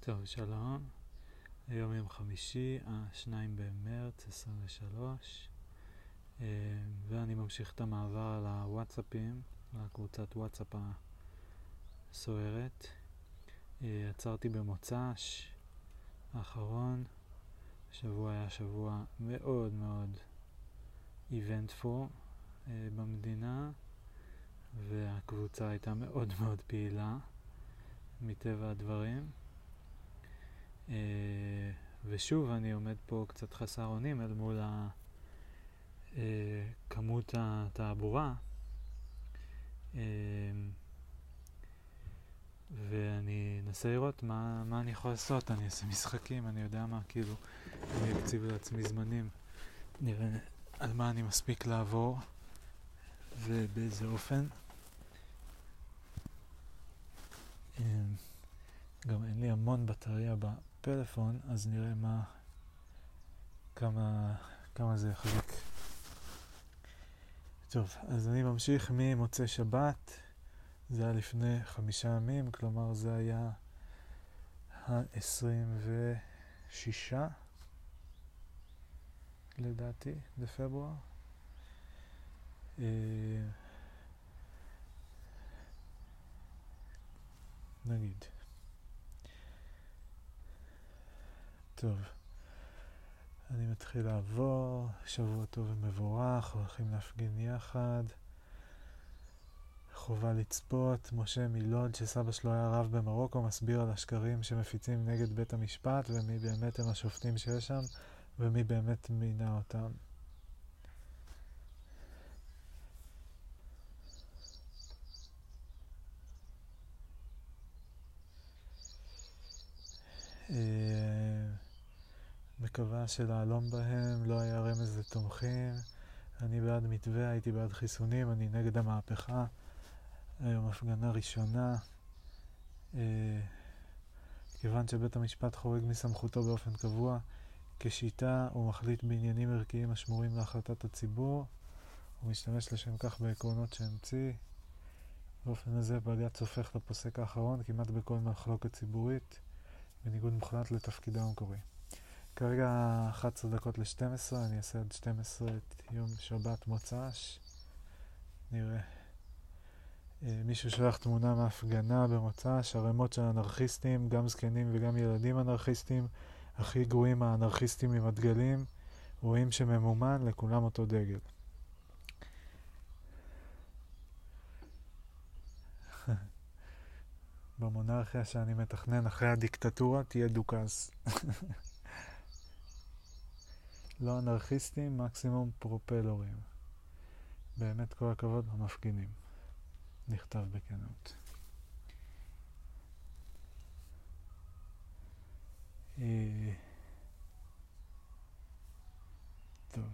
טוב, שלום. היום יום חמישי, 2 במרץ 23, ואני ממשיך את המעבר על הוואטסאפים, לקבוצת וואטסאפ הסוערת. עצרתי במוצ"ש האחרון. השבוע היה שבוע מאוד מאוד eventful במדינה, והקבוצה הייתה מאוד מאוד פעילה מטבע הדברים. ושוב אני עומד פה קצת חסר אונים אל מול כמות התעבורה, ואני אנסה לראות מה אני יכול לעשות. אני אעשה משחקים, אני יודע מה, כאילו אני אקציב לעצמי זמנים, נראה על מה אני מספיק לעבור ובאיזה אופן. גם אין לי המון בטריה בפלאפון, אז נראה כמה זה יחזיק. טוב, אז אני ממשיך ממוצאי שבת. זה היה לפני 5 ימים, כלומר זה היה ה-26 לדעתי בפברואר. נגיד. טוב, אני מתחיל לעבור. שבוע טוב ומבורך, הולכים להפגין יחד. חובה לצפות. משה מלוד, שסבא שלו היה רב במרוקו, מסביר על השקרים שמפיצים נגד בית המשפט, ומי באמת הם השופטים שיש שם, ומי באמת מינה אותם. מקווה שלהלום בהם, לא היה רמז לתומכים. אני בעד מתווה, הייתי בעד חיסונים, אני נגד המהפכה. היום הפגנה ראשונה. כיוון שבית המשפט חורג מסמכותו באופן קבוע, כשיטה הוא מחליט בעניינים ערכיים השמורים להחלטת הציבור, הוא משתמש לשם כך בעקרונות שהמציא. באופן הזה בג"ץ הופך לפוסק האחרון כמעט בכל מחלוקת ציבורית, בניגוד מוחלט לתפקידו המקורי. כרגע 11:40, אני אעשה עד 12 את יום שבת מוצ"ש. נראה. מישהו שלח תמונה מהפגנה במוצ"ש, ערימות של אנרכיסטים, גם זקנים וגם ילדים אנרכיסטים, הכי גרועים האנרכיסטים עם הדגלים, רואים שממומן לכולם אותו דגל. במונרכיה שאני מתכנן אחרי הדיקטטורה תהיה דוכס. לא אנרכיסטים, מקסימום פרופלורים. באמת כל הכבוד המפגינים. נכתב בכנות. טוב.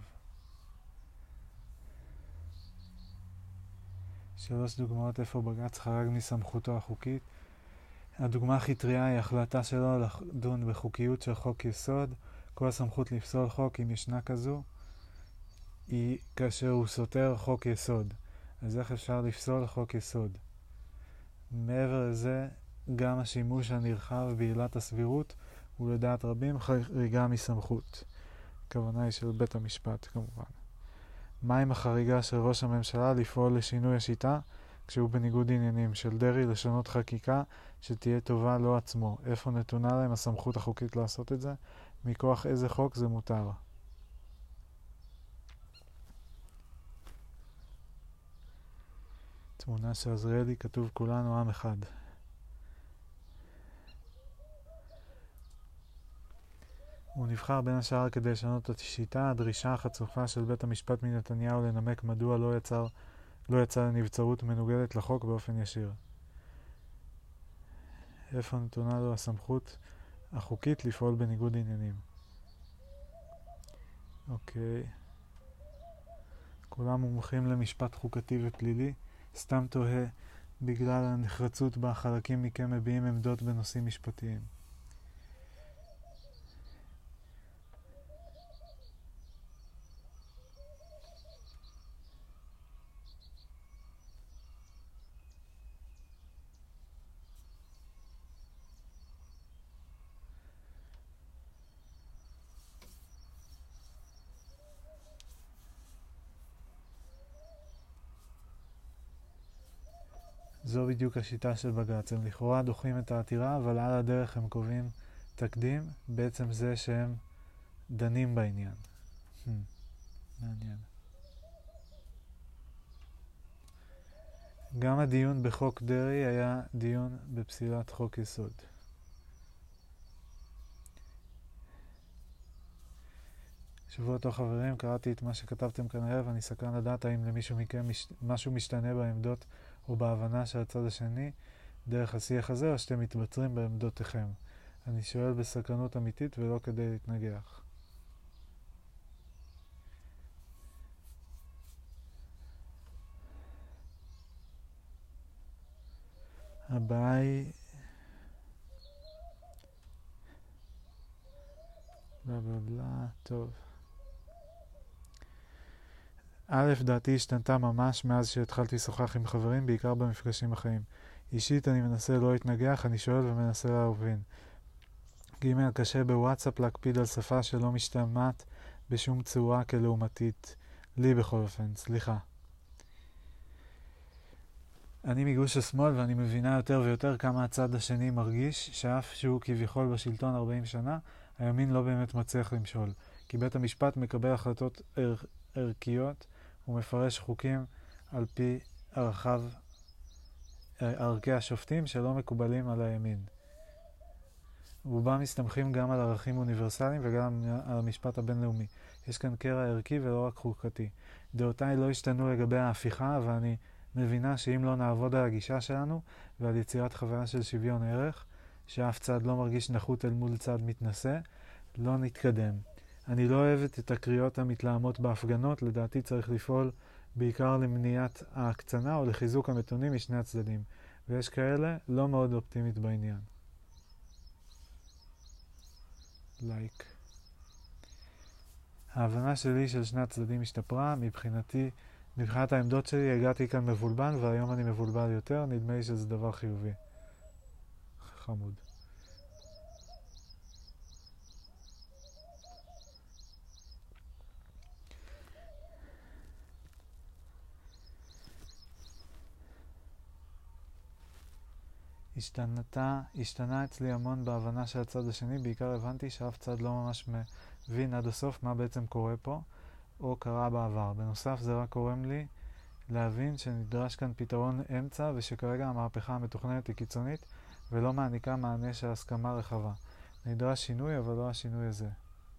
3 דוגמאות איפה בג"ץ חרג מסמכותו החוקית. הדוגמה הכי טריה היא החלטה שלו לדון בחוקיות של חוק יסוד. כל הסמכות לפסול חוק, אם ישנה כזו, היא כאשר הוא סותר חוק יסוד. אז איך אפשר לפסול חוק יסוד? מעבר לזה, גם השימוש הנרחב בעילת הסבירות הוא לדעת רבים חריגה מסמכות. הכוונה היא של בית המשפט כמובן. מה עם החריגה של ראש הממשלה לפעול לשינוי השיטה כשהוא בניגוד עניינים, של דרעי לשנות חקיקה שתהיה טובה לו עצמו? איפה נתונה להם הסמכות החוקית לעשות את זה? מכוח איזה חוק זה מותר? תמונה של עזריאלי, כתוב כולנו עם אחד. הוא נבחר בין השאר כדי לשנות את השיטה. הדרישה החצופה של בית המשפט מנתניהו לנמק מדוע לא יצא לנבצרות מנוגדת לחוק באופן ישיר. איפה נתונה לו הסמכות החוקית לפעול בניגוד עניינים? אוקיי. כולם מומחים למשפט חוקתי ופלילי. סתם תוהה בגלל הנחרצות בה חלקים מכם מביעים עמדות בנושאים משפטיים. זו בדיוק השיטה של בג"ץ. הם לכאורה דוחים את העתירה, אבל על הדרך הם קובעים תקדים, בעצם זה שהם דנים בעניין. מעניין. גם הדיון בחוק דרעי היה דיון בפסילת חוק יסוד. שבוע טוב חברים, קראתי את מה שכתבתם כאן הערב, אני סקרן לדעת האם למישהו מכם משהו משתנה בעמדות או בהבנה של הצד השני דרך השיח הזה, או שאתם מתבצרים בעמדותיכם. אני שואל בסקרנות אמיתית ולא כדי להתנגח. הבאה היא בלה בלה בלה, טוב. א', דעתי השתנתה ממש מאז שהתחלתי לשוחח עם חברים, בעיקר במפגשים החיים. אישית אני מנסה לא להתנגח, אני שואל ומנסה להבין. ג', קשה בוואטסאפ להקפיד על שפה שלא משתמעת בשום צורה כלעומתית. לי בכל אופן, סליחה. אני מגוש השמאל ואני מבינה יותר ויותר כמה הצד השני מרגיש שאף שהוא כביכול בשלטון 40 שנה, הימין לא באמת מצליח למשול. כי בית המשפט מקבל החלטות ערכיות ומפרש חוקים על פי ערכי השופטים שלא מקובלים על הימין. רובם מסתמכים גם על ערכים אוניברסליים וגם על המשפט הבינלאומי. יש כאן קרע ערכי ולא רק חוקתי. דעותיי לא השתנו לגבי ההפיכה, ואני מבינה שאם לא נעבוד על הגישה שלנו ועל יצירת חוויה של שוויון ערך, שאף צד לא מרגיש נחות אל מול צד מתנשא, לא נתקדם. אני לא אוהבת את הקריאות המתלהמות בהפגנות, לדעתי צריך לפעול בעיקר למניעת ההקצנה או לחיזוק המתונים משני הצדדים, ויש כאלה לא מאוד אופטימית בעניין. לייק. ההבנה שלי של שני הצדדים השתפרה, מבחינת העמדות שלי הגעתי כאן מבולבן והיום אני מבולבל יותר, נדמה לי שזה דבר חיובי. חמוד. השתנה אצלי המון בהבנה של הצד השני, בעיקר הבנתי שאף צד לא ממש מבין עד הסוף מה בעצם קורה פה או קרה בעבר. בנוסף זה רק קורם לי להבין שנדרש כאן פתרון אמצע ושכרגע המהפכה המתוכננת היא קיצונית ולא מעניקה מענה של הסכמה רחבה. נדרש שינוי אבל לא השינוי הזה.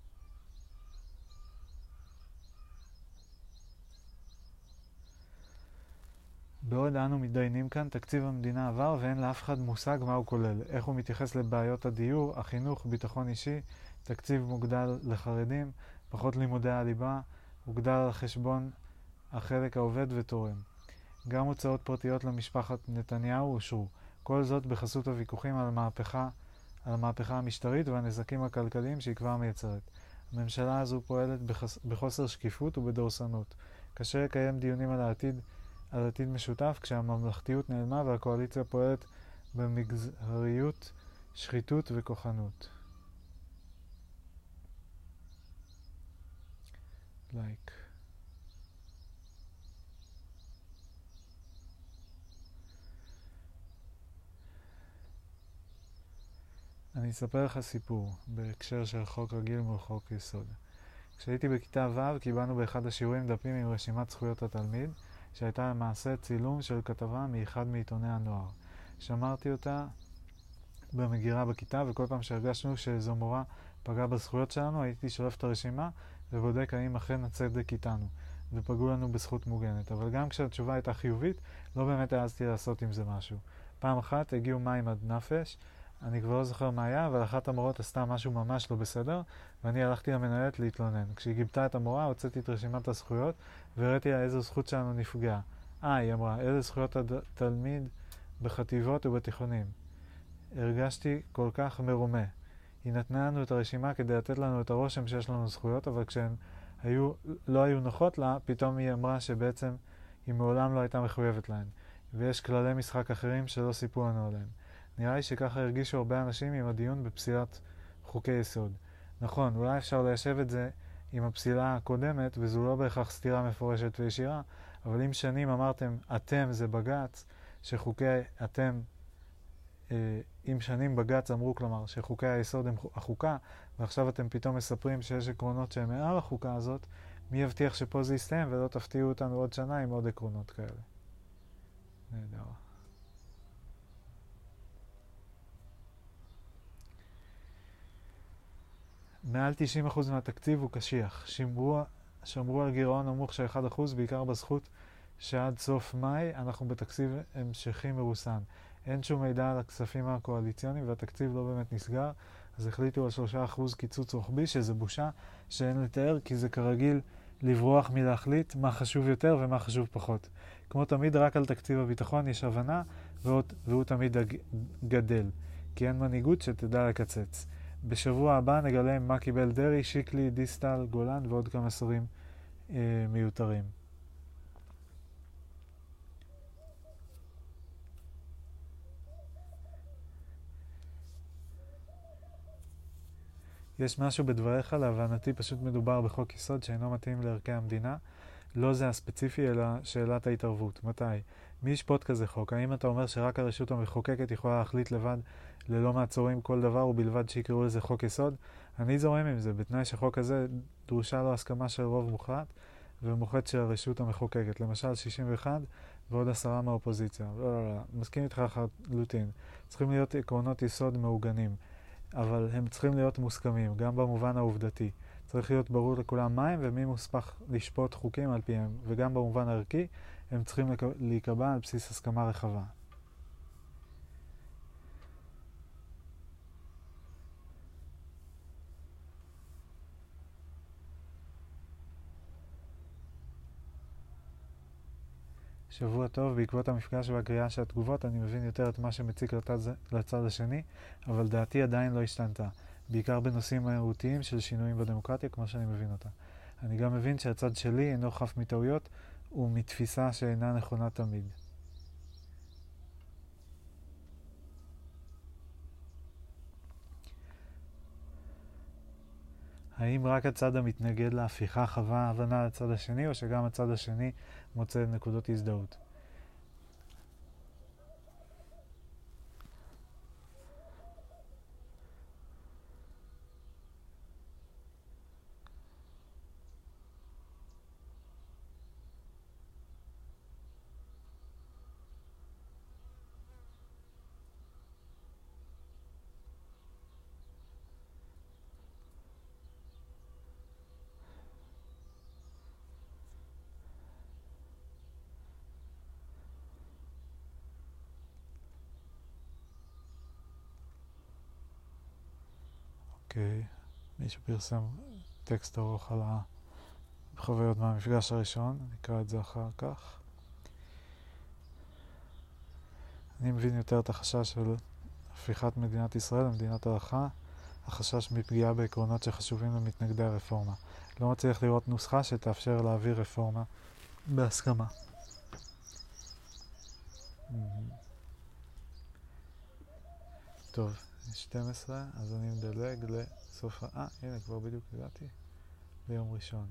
בעוד אנו מתדיינים כאן, תקציב המדינה עבר ואין לאף אחד מושג מה הוא כולל, איך הוא מתייחס לבעיות הדיור, החינוך, ביטחון אישי, תקציב מוגדל לחרדים, פחות לימודי הליבה, הוגדל על חשבון החלק העובד ותורם. גם הוצאות פרטיות למשפחת נתניהו אושרו, כל זאת בחסות הוויכוחים על המהפכה המשטרית והנזקים הכלכליים שהיא כבר מייצרת. הממשלה הזו פועלת בחוסר שקיפות ובדורסנות. קשה לקיים דיונים על עתיד משותף כשהממלכתיות נעלמה והקואליציה פועלת במגזריות, שחיתות וכוחנות. לייק. אני אספר לך סיפור בהקשר של חוק רגיל מול חוק יסוד. כשהייתי בכיתה ו' קיבלנו באחד השיעורים דפים עם רשימת זכויות התלמיד, שהייתה למעשה צילום של כתבה מאחד מעיתוני הנוער. שמרתי אותה במגירה בכיתה, וכל פעם שהרגשנו שזו מורה פגעה בזכויות שלנו, הייתי שולף את הרשימה ובודק האם אכן הצדק איתנו, ופגעו לנו בזכות מוגנת. אבל גם כשהתשובה הייתה חיובית, לא באמת העזתי לעשות עם זה משהו. פעם אחת הגיעו מים עד נפש, אני כבר לא זוכר מה היה, אבל אחת המורות עשתה משהו ממש לא בסדר, ואני הלכתי למנהלת להתלונן. כשהיא גיבתה את המורה, הוצאתי את רשימת הזכויות, והראיתי לה איזו זכות שלנו נפגעה. היא אמרה, איזה זכויות התלמיד בחטיבות ובתיכונים. הרגשתי כל כך מרומה. היא נתנה לנו את הרשימה כדי לתת לנו את הרושם שיש לנו זכויות, אבל כשהן לא היו נוחות לה, פתאום היא אמרה שבעצם היא מעולם לא הייתה מחויבת להן. ויש כללי משחק אחרים שלא סיפרו לנו עליהם. נראה לי שככה הרגישו הרבה אנשים עם הדיון בפסילת חוקי יסוד. נכון, אולי אפשר ליישב את זה עם הפסילה הקודמת, וזו לא בהכרח סתירה מפורשת וישירה, אבל אם שנים אמרתם, אתם זה בג"ץ, שחוקי עם שנים בג"ץ אמרו, כלומר, שחוקי היסוד הם החוקה, ועכשיו אתם פתאום מספרים שיש עקרונות שהם מעל החוקה הזאת, מי יבטיח שפה זה יסתיים ולא תפתיעו אותנו עוד שנה עם עוד עקרונות כאלה. נהדר. מעל 90% מהתקציב הוא קשיח. שמרו על גירעון נמוך של 1%, בעיקר בזכות שעד סוף מאי אנחנו בתקציב המשכי מרוסן. אין שום מידע על הכספים הקואליציוניים והתקציב לא באמת נסגר, אז החליטו על 3% קיצוץ רוחבי, שזה בושה שאין לתאר, כי זה כרגיל לברוח מלהחליט מה חשוב יותר ומה חשוב פחות. כמו תמיד, רק על תקציב הביטחון יש הבנה, והוא תמיד גדל, כי אין מנהיגות שתדע לקצץ. בשבוע הבא נגלה מה קיבל דרי, שיקלי, דיסטל, גולן ועוד כמה שרים מיותרים. יש משהו בדבריך, להבנתי פשוט מדובר בחוק יסוד שאינו מתאים לערכי המדינה. לא זה הספציפי, אלא שאלת ההתערבות. מתי? מי ישפוט כזה חוק? האם אתה אומר שרק הרשות המחוקקת יכולה להחליט לבד ללא מעצורים כל דבר ובלבד שיקראו לזה חוק יסוד? אני זורם עם זה, בתנאי שחוק הזה דרושה לו הסכמה של רוב מוחלט ומוחלט של הרשות המחוקקת, למשל 61 ועוד 10 מהאופוזיציה. לא, מסכים איתך לחלוטין. צריכים להיות עקרונות יסוד מעוגנים, אבל הם צריכים להיות מוסכמים, גם במובן העובדתי. צריך להיות ברור לכולם מה הם ומי מוסמך לשפוט חוקים על פיהם, וגם במובן הערכי הם צריכים להיקבע על בסיס הסכמה רחבה. שבוע טוב, בעקבות המפגש והקריאה של התגובות אני מבין יותר את מה שמציק לצד השני, אבל דעתי עדיין לא השתנתה, בעיקר בנושאים מהותיים של שינויים בדמוקרטיה כמו שאני מבין אותה. אני גם מבין שהצד שלי אינו חף מטעויות ומתפיסה שאינה נכונה תמיד. האם רק הצד המתנגד להפיכה חווה הבנה לצד השני, או שגם הצד השני מוצא נקודות הזדהות? אוקיי, מישהו פרסם טקסט ארוך על החוויות מהמפגש הראשון, נקרא את זה אחר כך. אני מבין יותר את החשש של הפיכת מדינת ישראל למדינת הלכה, החשש מפגיעה בעקרונות שחשובים למתנגדי הרפורמה. לא מצליח לראות נוסחה שתאפשר להעביר רפורמה בהסכמה. טוב, 12, אז אני מדלג לסוף הנה, כבר בדיוק הגעתי ליום ראשון.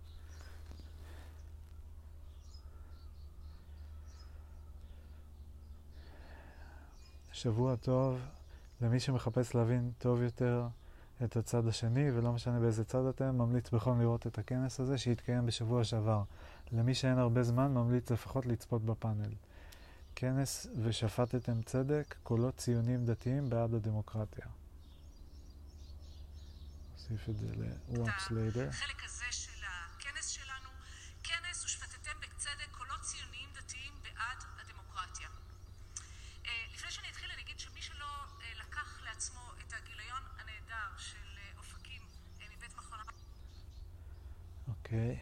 שבוע טוב למי שמחפש להבין טוב יותר את הצד השני, ולא משנה באיזה צד אתם, ממליץ בחום לראות את הכנס הזה שהתקיים בשבוע שעבר. למי שאין הרבה זמן, ממליץ לפחות לצפות בפאנל. כנס ושפטתם צדק, קולות ציונים דתיים בעד הדמוקרטיה. נוסיף את זה ל-Watch Later. החלק הזה של הכנס שלנו, כנס ושפטתם בצדק, קולות ציוניים דתיים בעד הדמוקרטיה. לפני שאני אתחיל, אני אגיד שמי שלא לקח לעצמו את הגיליון הנהדר של אופקים מבית מכון... אוקיי.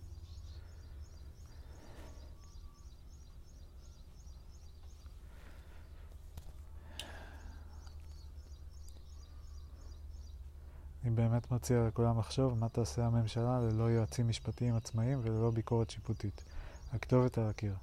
אני באמת מציע לכולם לחשוב מה תעשה הממשלה ללא יועצים משפטיים עצמאיים וללא ביקורת שיפוטית. הכתובת על הקיר.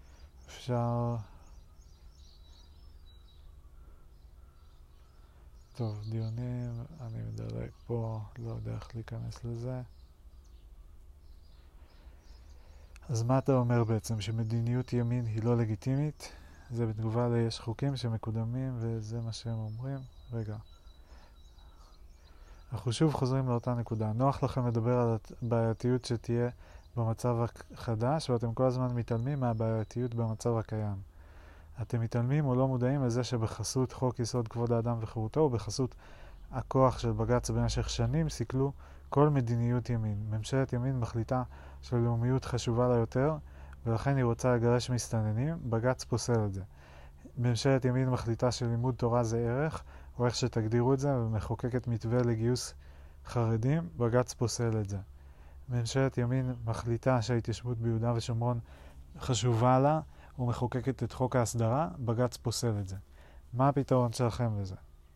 אפשר טוב, דיונים, אני מדלג פה, לא יודע איך להיכנס לזה. אז מה אתה אומר בעצם? שמדיניות ימין היא לא לגיטימית? זה בתגובה ליש חוקים שמקודמים וזה מה שהם אומרים. רגע. אנחנו שוב חוזרים לאותה נקודה. נוח לכם לדבר על הבעייתיות שתהיה במצב החדש, ואתם כל הזמן מתעלמים מהבעייתיות במצב הקיים. אתם מתעלמים או לא מודעים לזה שבחסות חוק יסוד כבוד האדם וחירותו, ובחסות הכוח של בג"ץ במשך שנים סיכלו כל מדיניות ימין. ממשלת ימין מחליטה שלאומיות חשובה לה יותר, ולכן היא רוצה לגרש מסתננים, בג"ץ פוסל את זה. ממשלת ימין מחליטה שלימוד תורה זה ערך, או איך שתגדירו את זה, ומחוקקת מתווה לגיוס חרדים, בג"ץ פוסל את זה. ממשלת ימין מחליטה שההתיישבות ביהודה ושומרון חשובה לה, ומחוקקת את חוק ההסדרה, בג"ץ פוסל את זה. מה הפתרון שלכם לזה?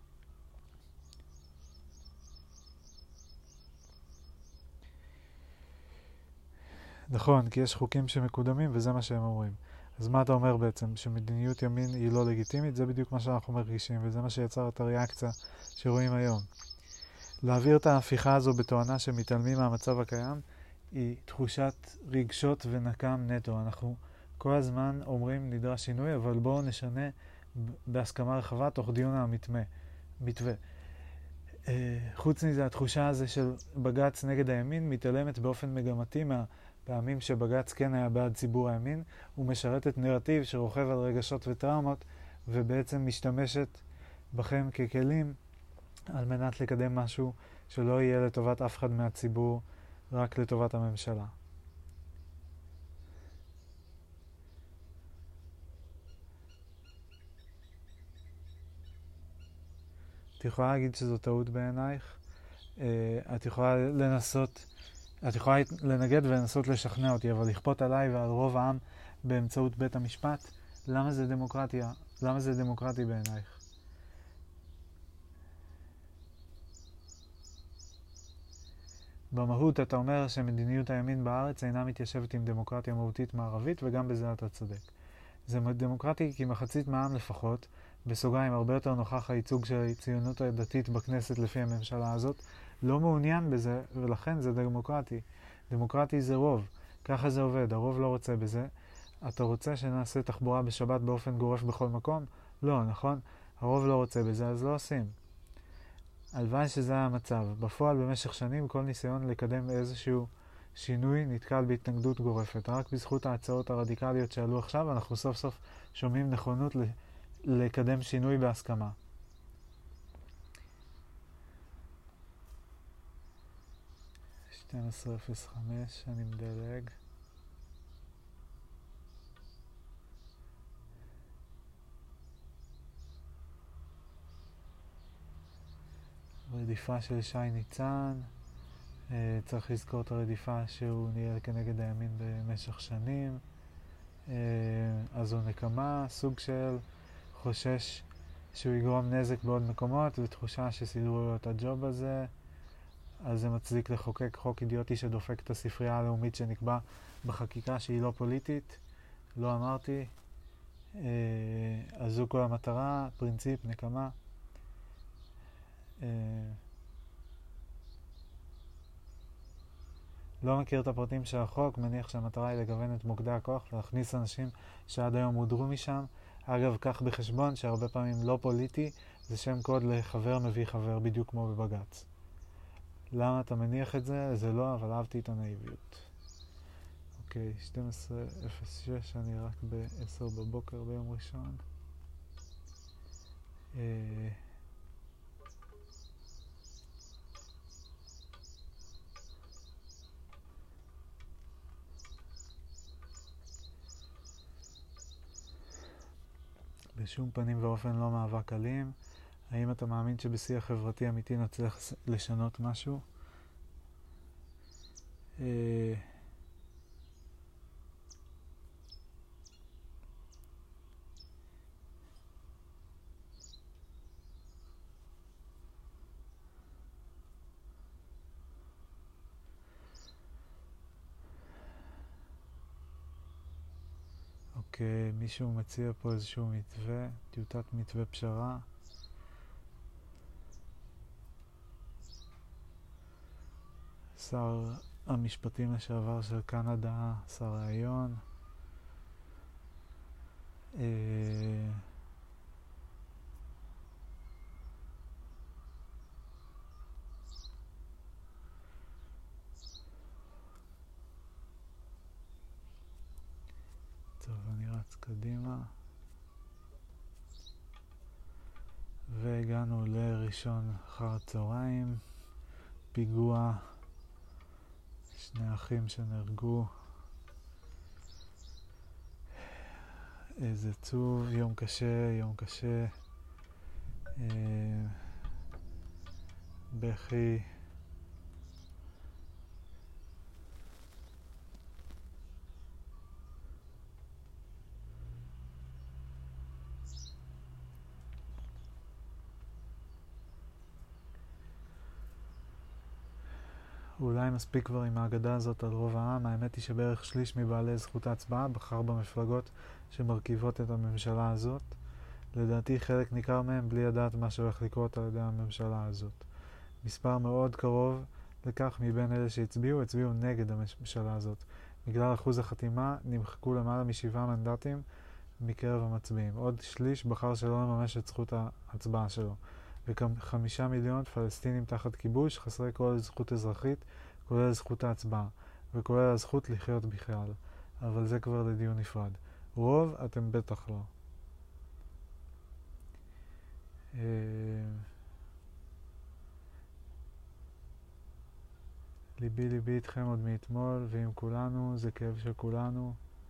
נכון, כי יש חוקים שמקודמים וזה מה שהם אומרים. אז מה אתה אומר בעצם? שמדיניות ימין היא לא לגיטימית? זה בדיוק מה שאנחנו מרגישים, וזה מה שיצר את הריאקציה שרואים היום. להעביר את ההפיכה הזו בתואנה שמתעלמים מהמצב הקיים, היא תחושת רגשות ונקם נטו. אנחנו כל הזמן אומרים נדרש שינוי, אבל בואו נשנה בהסכמה רחבה תוך דיון על מתווה. חוץ מזה, התחושה הזו של בג"ץ נגד הימין מתעלמת באופן מגמתי מהפעמים שבג"ץ כן היה בעד ציבור הימין. הוא משרת את נרטיב שרוכב על רגשות וטראומות, ובעצם משתמשת בכם ככלים על מנת לקדם משהו שלא יהיה לטובת אף אחד מהציבור, רק לטובת הממשלה. את יכולה להגיד שזו טעות בעינייך? את יכולה לנגד ולנסות לשכנע אותי, אבל לכפות עליי ועל רוב העם באמצעות בית המשפט, למה זה דמוקרטיה? למה זה דמוקרטי בעינייך? במהות אתה אומר שמדיניות הימין בארץ אינה מתיישבת עם דמוקרטיה מהותית מערבית, וגם בזה אתה צודק. זה דמוקרטי כי מחצית מהעם לפחות, בסוגריים הרבה יותר נוכח הייצוג של הציונות הדתית בכנסת לפי הממשלה הזאת, לא מעוניין בזה, ולכן זה דמוקרטי. דמוקרטי זה רוב. ככה זה עובד, הרוב לא רוצה בזה. אתה רוצה שנעשה תחבורה בשבת באופן גורף בכל מקום? לא, נכון? הרוב לא רוצה בזה, אז לא עושים. הלוואי שזה היה המצב. בפועל במשך שנים כל ניסיון לקדם איזשהו שינוי נתקל בהתנגדות גורפת. רק בזכות ההצעות הרדיקליות שעלו עכשיו אנחנו סוף סוף שומעים נכונות לקדם שינוי בהסכמה. .12.05 אני מדלג. רדיפה של שי ניצן. צריך לזכור את הרדיפה שהוא ניהל כנגד הימין במשך שנים. אז הוא נקמה, סוג של חושש שהוא יגרום נזק בעוד מקומות, ותחושה שסידרו לו את הג'וב הזה. אז זה מצדיק לחוקק חוק אידיוטי שדופק את הספרייה הלאומית שנקבע בחקיקה שהיא לא פוליטית. לא אמרתי. אז זו כל המטרה, פרינציפ, נקמה. לא מכיר את הפרטים של החוק, מניח שהמטרה היא לגוון את מוקדי הכוח ולהכניס אנשים שעד היום הודרו משם. אגב, כך בחשבון שהרבה פעמים לא פוליטי זה שם קוד לחבר מביא חבר, בדיוק כמו בבג"ץ. למה אתה מניח את זה? זה לא, אבל אהבתי את הנאיביות. אוקיי, 12:06, אני רק ב-10 בבוקר ביום ראשון. בשום פנים ואופן לא מאבק אלים. האם אתה מאמין שבשיח חברתי אמיתי נצליח לשנות משהו? אוקיי, מישהו מציע פה איזשהו מתווה, טיוטת מתווה פשרה. שר המשפטים לשעבר של קנדה, שר רעיון. טוב, אני רץ קדימה. והגענו לראשון אחר הצהריים, פיגוע, 2 אחים שנהרגו. איזה עצוב, יום קשה, בכי. אולי מספיק כבר עם ההגדה הזאת על רוב העם. האמת היא שבערך שליש מבעלי זכות ההצבעה בחר במפלגות שמרכיבות את הממשלה הזאת. לדעתי חלק ניכר מהם בלי לדעת מה שהולך לקרות על ידי הממשלה הזאת. מספר מאוד קרוב לכך מבין אלה שהצביעו נגד הממשלה הזאת. בגלל אחוז החתימה נמחקו למעלה מ7 מנדטים מקרב המצביעים. עוד שליש בחר שלא לממש את זכות ההצבעה שלו. ו5 מיליון פלסטינים תחת כיבוש חסרי כל זכות אזרחית, כולל זכות ההצבעה, וכולל הזכות לחיות בכלל. אבל זה כבר לדיון נפרד. רוב אתם בטח לא. ליבי איתכם עוד מאתמול, ועם כולנו, זה כאב של כולנו.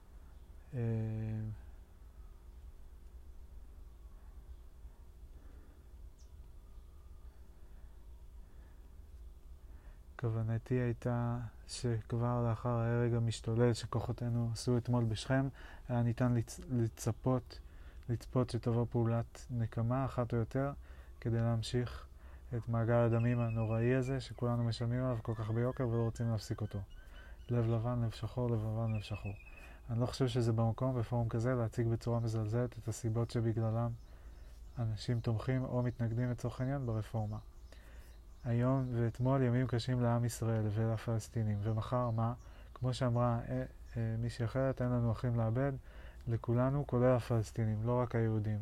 כוונתי הייתה שכבר לאחר ההרג המשתולל שכוחותינו עשו אתמול בשכם, היה ניתן לצפות שתבוא פעולת נקמה אחת או יותר, כדי להמשיך את מעגל הדמים הנוראי הזה שכולנו משלמים עליו כל כך ביוקר ולא רוצים להפסיק אותו. לב לבן, לב שחור, לב לבן, לב שחור. אני לא חושב שזה במקום בפורום כזה להציג בצורה מזלזלת את הסיבות שבגללם אנשים תומכים או מתנגדים לצורך העניין ברפורמה. היום ואתמול ימים קשים לעם ישראל ולפלסטינים, ומחר מה? כמו שאמרה מישהי אחרת, אין לנו אחים לאבד, לכולנו, כולל הפלסטינים, לא רק היהודים.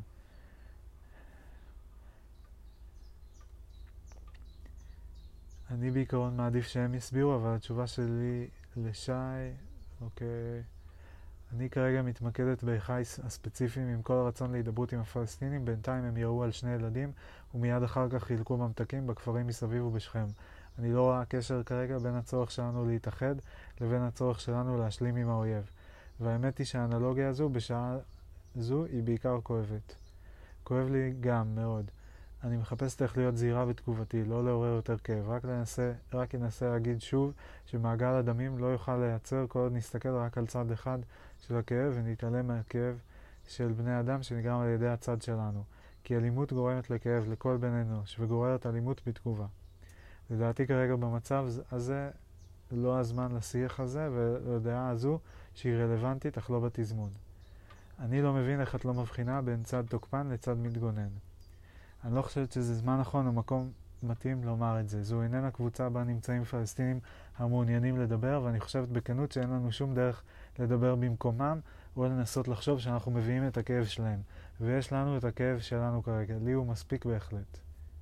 אני בעיקרון מעדיף שהם יסבירו, אבל התשובה שלי לשי, אוקיי, אני כרגע מתמקדת באחיי הספציפיים עם כל הרצון להידברות עם הפלסטינים. בינתיים הם יראו על 2 ילדים ומיד אחר כך חילקו ממתקים בכפרים מסביב ובשכם. אני לא רואה קשר כרגע בין הצורך שלנו להתאחד לבין הצורך שלנו להשלים עם האויב. והאמת היא שהאנלוגיה הזו בשעה זו היא בעיקר כואבת. כואב לי גם מאוד. אני מחפשת איך להיות זהירה בתגובתי, לא לעורר יותר כאב. רק אנסה להגיד שוב שמעגל הדמים לא יוכל לייצר כל עוד נסתכל רק על צד אחד של הכאב ונתעלם מהכאב של בני אדם שנגרם על ידי הצד שלנו. כי אלימות גורמת לכאב לכל בן אנוש וגוררת אלימות בתגובה. לדעתי כרגע במצב הזה לא הזמן לשיח הזה ולדעה הזו שהיא רלוונטית אך לא בתזמון. אני לא מבין איך את לא מבחינה בין צד תוקפן לצד מתגונן. אני לא חושבת שזה זמן נכון או מקום מתאים לומר את זה. זו איננה קבוצה בה נמצאים פלסטינים המעוניינים לדבר, ואני חושבת בכנות שאין לנו שום דרך לדבר במקומם, או לנסות לחשוב שאנחנו מביאים את הכאב שלהם. ויש לנו את הכאב שלנו כרגע. לי הוא מספיק בהחלט.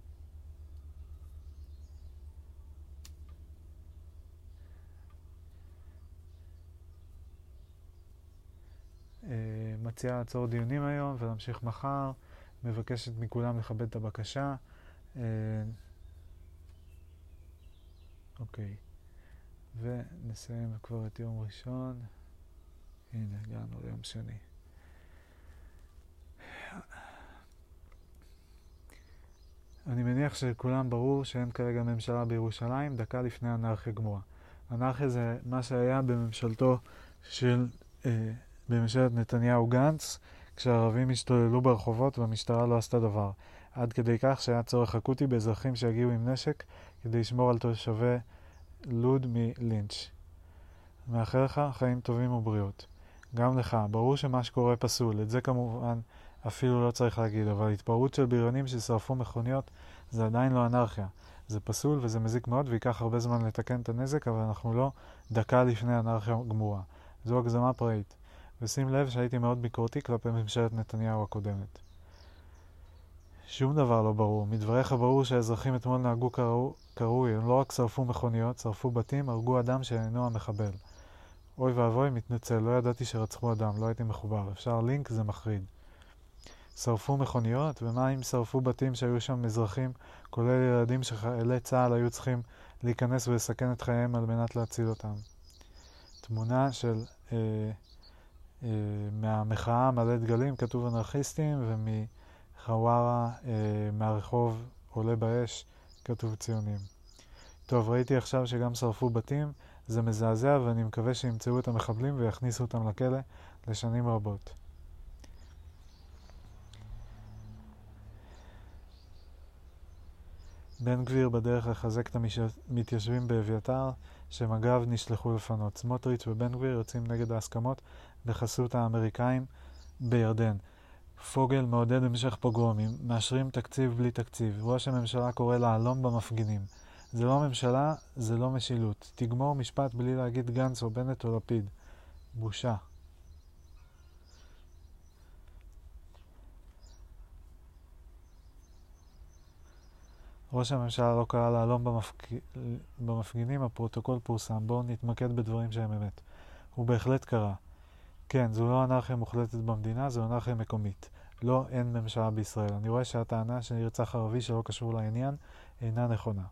מציעה לעצור דיונים היום ולהמשיך מחר. מבקשת מכולם לכבד את הבקשה. אוקיי. ונסיים כבר את יום ראשון. הנה, הגענו ליום שני. אני מניח שכולם ברור שאין כרגע ממשלה בירושלים דקה לפני אנרכיה גמורה. אנרכיה זה מה שהיה בממשלתו של בממשלת נתניהו גנץ, כשהערבים השתוללו ברחובות והמשטרה לא עשתה דבר. עד כדי כך שהיה צורך אקוטי באזרחים שיגיעו עם נשק כדי לשמור על תושבי לוד מלינץ'. מאחל לך חיים טובים ובריאות. גם לך, ברור שמה שקורה פסול, את זה כמובן אפילו לא צריך להגיד, אבל התפרעות של בריונים ששרפו מכוניות זה עדיין לא אנרכיה. זה פסול וזה מזיק מאוד ויקח הרבה זמן לתקן את הנזק, אבל אנחנו לא דקה לפני אנרכיה גמורה. זו הגזמה פראית. ושים לב שהייתי מאוד ביקורתי כלפי ממשלת נתניהו הקודמת. שום דבר לא ברור. מדבריך ברור שהאזרחים אתמול נהגו כראוי. הם לא רק שרפו מכוניות, שרפו בתים, הרגו אדם שאינו המחבל. אוי ואבוי, מתנצל, לא ידעתי שרצחו אדם, לא הייתי מחובר. אפשר לינק, זה מחריד. שרפו מכוניות, ומה אם שרפו בתים שהיו שם אזרחים, כולל ילדים שחיילי צה"ל היו צריכים להיכנס ולסכן את חייהם על מנת להציל אותם. תמונה של מהמחאה מלא דגלים, כתוב אנרכיסטים, ומחווארה מהרחוב עולה באש, כתוב ציונים. טוב, ראיתי עכשיו שגם שרפו בתים, זה מזעזע ואני מקווה שימצאו את המחבלים ויכניסו אותם לכלא לשנים רבות. בן גביר בדרך לחזק את המתיישבים באביתר, שמג"ב נשלחו לפנות. סמוטריץ' ובן גביר יוצאים נגד ההסכמות בחסות האמריקאים בירדן. פוגל מעודד המשך פוגרומים, מאשרים תקציב בלי תקציב. ראש הממשלה קורא להלום במפגינים. זה לא ממשלה, זה לא משילות. תגמור משפט בלי להגיד גנץ או בנט או לפיד. בושה. ראש הממשלה לא קרא להלום במפגינים, הפרוטוקול פורסם. בואו נתמקד בדברים שהם אמת. הוא בהחלט קרא. כן, זו לא אנרכיה מוחלטת במדינה, זו אנרכיה מקומית. לא, אין ממשלה בישראל. אני רואה שהטענה שנרצח ערבי שלא קשור לעניין אינה נכונה.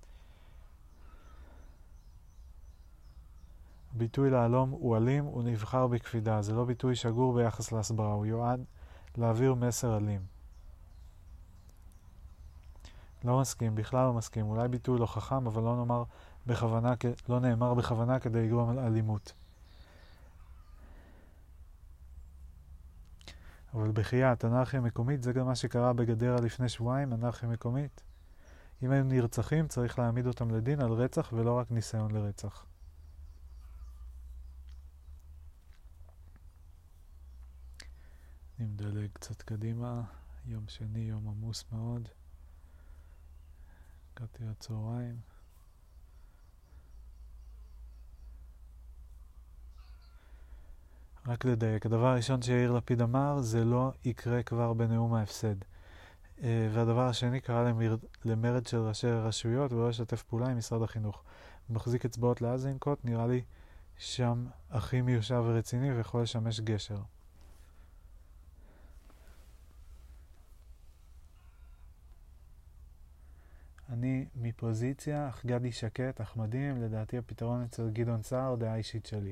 ביטוי להלום הוא אלים, הוא נבחר בקפידה. זה לא ביטוי שגור ביחס להסברה, הוא יועד להעביר מסר אלים. לא מסכים, בכלל לא מסכים. אולי ביטוי לא חכם, אבל לא נאמר בכוונה כדי לגרום על אלימות. אבל בחייאת, אנרכיה מקומית זה גם מה שקרה בגדרה לפני שבועיים, אנרכיה מקומית. אם הם נרצחים, צריך להעמיד אותם לדין על רצח ולא רק ניסיון לרצח. אני מדלג קצת קדימה, יום שני, יום עמוס מאוד. הגעתי לצהריים. רק לדייק, הדבר הראשון שיאיר לפיד אמר, זה לא יקרה כבר בנאום ההפסד. והדבר השני קרא למרד של ראשי רשויות ולא לשתף פעולה עם משרד החינוך. מחזיק אצבעות לאזנקוט, נראה לי שם הכי מיושב ורציני ויכול לשמש גשר. אני מפוזיציה, אך גדי שקט, אך מדהים, לדעתי הפתרון אצל גדעון סער, דעה אישית שלי.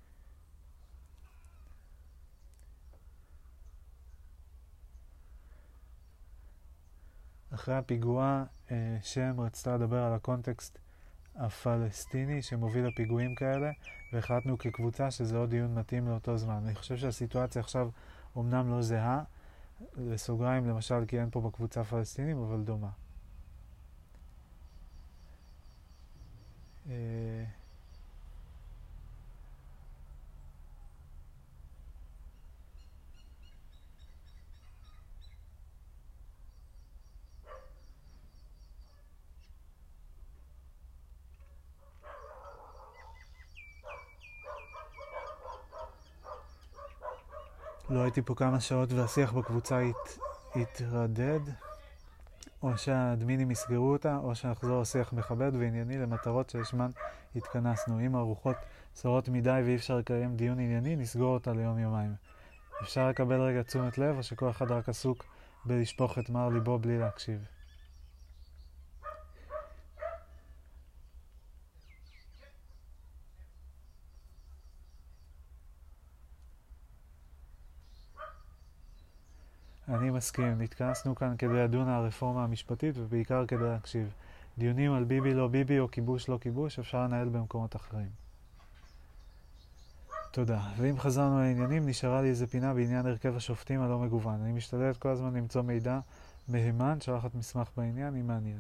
אחרי הפיגוע, שם רצתה לדבר על הקונטקסט הפלסטיני שמוביל לפיגועים כאלה, והחלטנו כקבוצה שזה עוד דיון מתאים לאותו זמן. אני חושב שהסיטואציה עכשיו אומנם לא זהה, לסוגריים למשל, כי אין פה בקבוצה פלסטינים, אבל דומה. לא הייתי פה כמה שעות והשיח בקבוצה התרדד, או שהאדמינים יסגרו אותה, או שנחזור לשיח מכבד וענייני למטרות שלשמן התכנסנו. אם הרוחות צרות מדי ואי אפשר לקיים דיון ענייני, נסגור אותה ליום יומיים. אפשר לקבל רגע תשומת לב, או שכל אחד רק עסוק בלשפוך את מר ליבו בלי להקשיב. אני מסכים, התכנסנו כאן כדי לדון על הרפורמה המשפטית ובעיקר כדי להקשיב. דיונים על ביבי לא ביבי או כיבוש לא כיבוש אפשר לנהל במקומות אחרים. תודה. ואם חזרנו לעניינים, נשארה לי איזה פינה בעניין הרכב השופטים הלא מגוון. אני משתדלת כל הזמן למצוא מידע מהימן, שלחת מסמך בעניין, אם מעניין.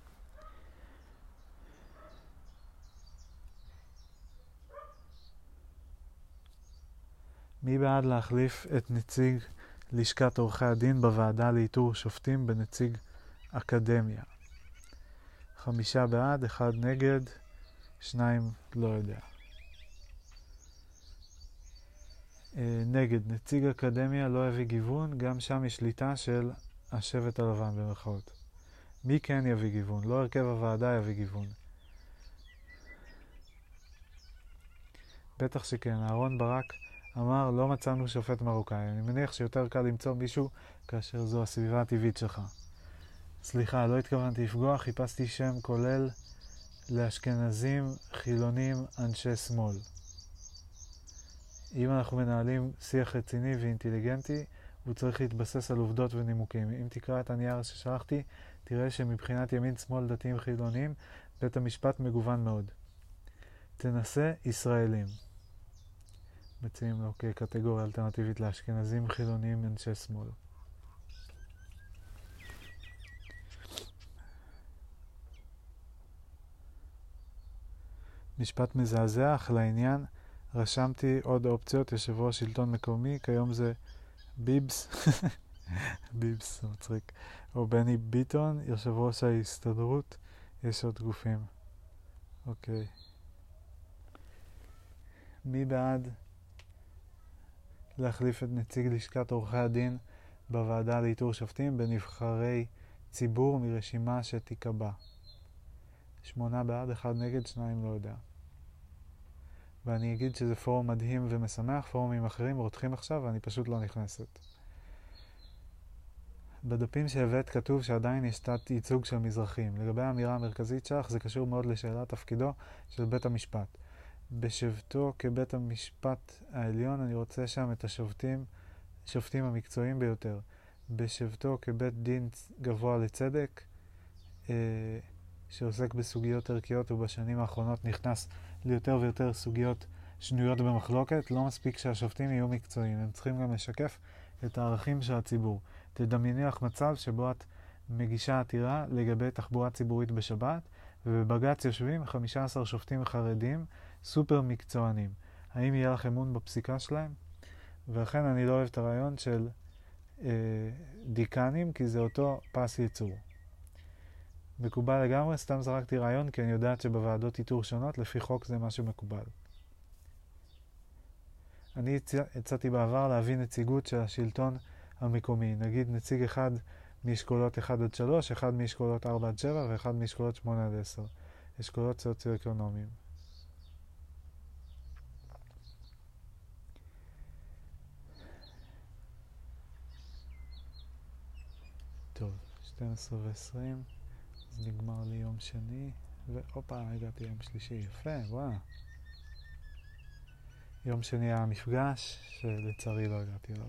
מי בעד להחליף את נציג לשכת עורכי הדין בוועדה לאיתור שופטים בנציג אקדמיה? 1, 5 בעד, 1 נגד, 2 לא יודע. נגד, נציג אקדמיה לא הביא גיוון, גם שם יש שליטה של השבט הלבן במרכאות. מי כן יביא גיוון? לא הרכב הוועדה יביא גיוון. בטח שכן, אהרון ברק אמר לא מצאנו שופט מרוקאי. אני מניח שיותר קל למצוא מישהו כאשר זו הסביבה הטבעית שלך. סליחה, לא התכוונתי לפגוע, חיפשתי שם כולל לאשכנזים, חילונים, אנשי שמאל. אם אנחנו מנהלים שיח רציני ואינטליגנטי, הוא צריך להתבסס על עובדות ונימוקים. אם תקרא את הנייר ששלחתי, תראה שמבחינת ימין, שמאל, דתיים, חילונים, בית המשפט מגוון מאוד. תנסה ישראלים. מציעים לו כקטגוריה אלטרנטיבית לאשכנזים, חילונים, אנשי שמאל. משפט מזעזע, אך לעניין, רשמתי עוד אופציות, יושב ראש שלטון מקומי, כיום זה ביבס, ביבס, זה מצחיק, או בני ביטון, יושב ראש ההסתדרות, יש עוד גופים. אוקיי. מי בעד להחליף את נציג לשכת עורכי הדין בוועדה לאיתור שופטים בנבחרי ציבור מרשימה שתיקבע? 8 בעד, 1 נגד, 2 לא יודע. ואני אגיד שזה פורום מדהים ומשמח, פורומים אחרים רותחים עכשיו ואני פשוט לא נכנסת. בדפים שהבאת כתוב שעדיין יש תת ייצוג של מזרחים. לגבי האמירה המרכזית שלך, זה קשור מאוד לשאלת תפקידו של בית המשפט. בשבתו כבית המשפט העליון, אני רוצה שם את השופטים המקצועיים ביותר. בשבתו כבית דין גבוה לצדק, שעוסק בסוגיות ערכיות ובשנים האחרונות נכנס ליותר ויותר סוגיות שנויות במחלוקת. לא מספיק שהשופטים יהיו מקצועיים, הם צריכים גם לשקף את הערכים של הציבור. תדמייני לך מצב שבו את מגישה עתירה לגבי תחבורה ציבורית בשבת, ובבג"ץ יושבים 15 שופטים חרדים סופר מקצוענים. האם יהיה לך אמון בפסיקה שלהם? ולכן אני לא אוהב את הרעיון של דיקנים, כי זה אותו פס ייצור. מקובל לגמרי, סתם זרקתי רעיון, כי אני יודעת שבוועדות איתור שונות, לפי חוק זה משהו מקובל. אני הצעתי בעבר להביא נציגות של השלטון המקומי. נגיד נציג אחד מאשכולות 1 עד 3, אחד מאשכולות 4 עד 7 ואחד מאשכולות 8 עד 10. אשכולות סוציו-אקונומיים. טוב, 12 ו-20. אז נגמר לי יום שני, והופה, הגעתי יום שלישי. יפה, וואו. יום שני היה מפגש, שלצערי לא הגעתי אליו.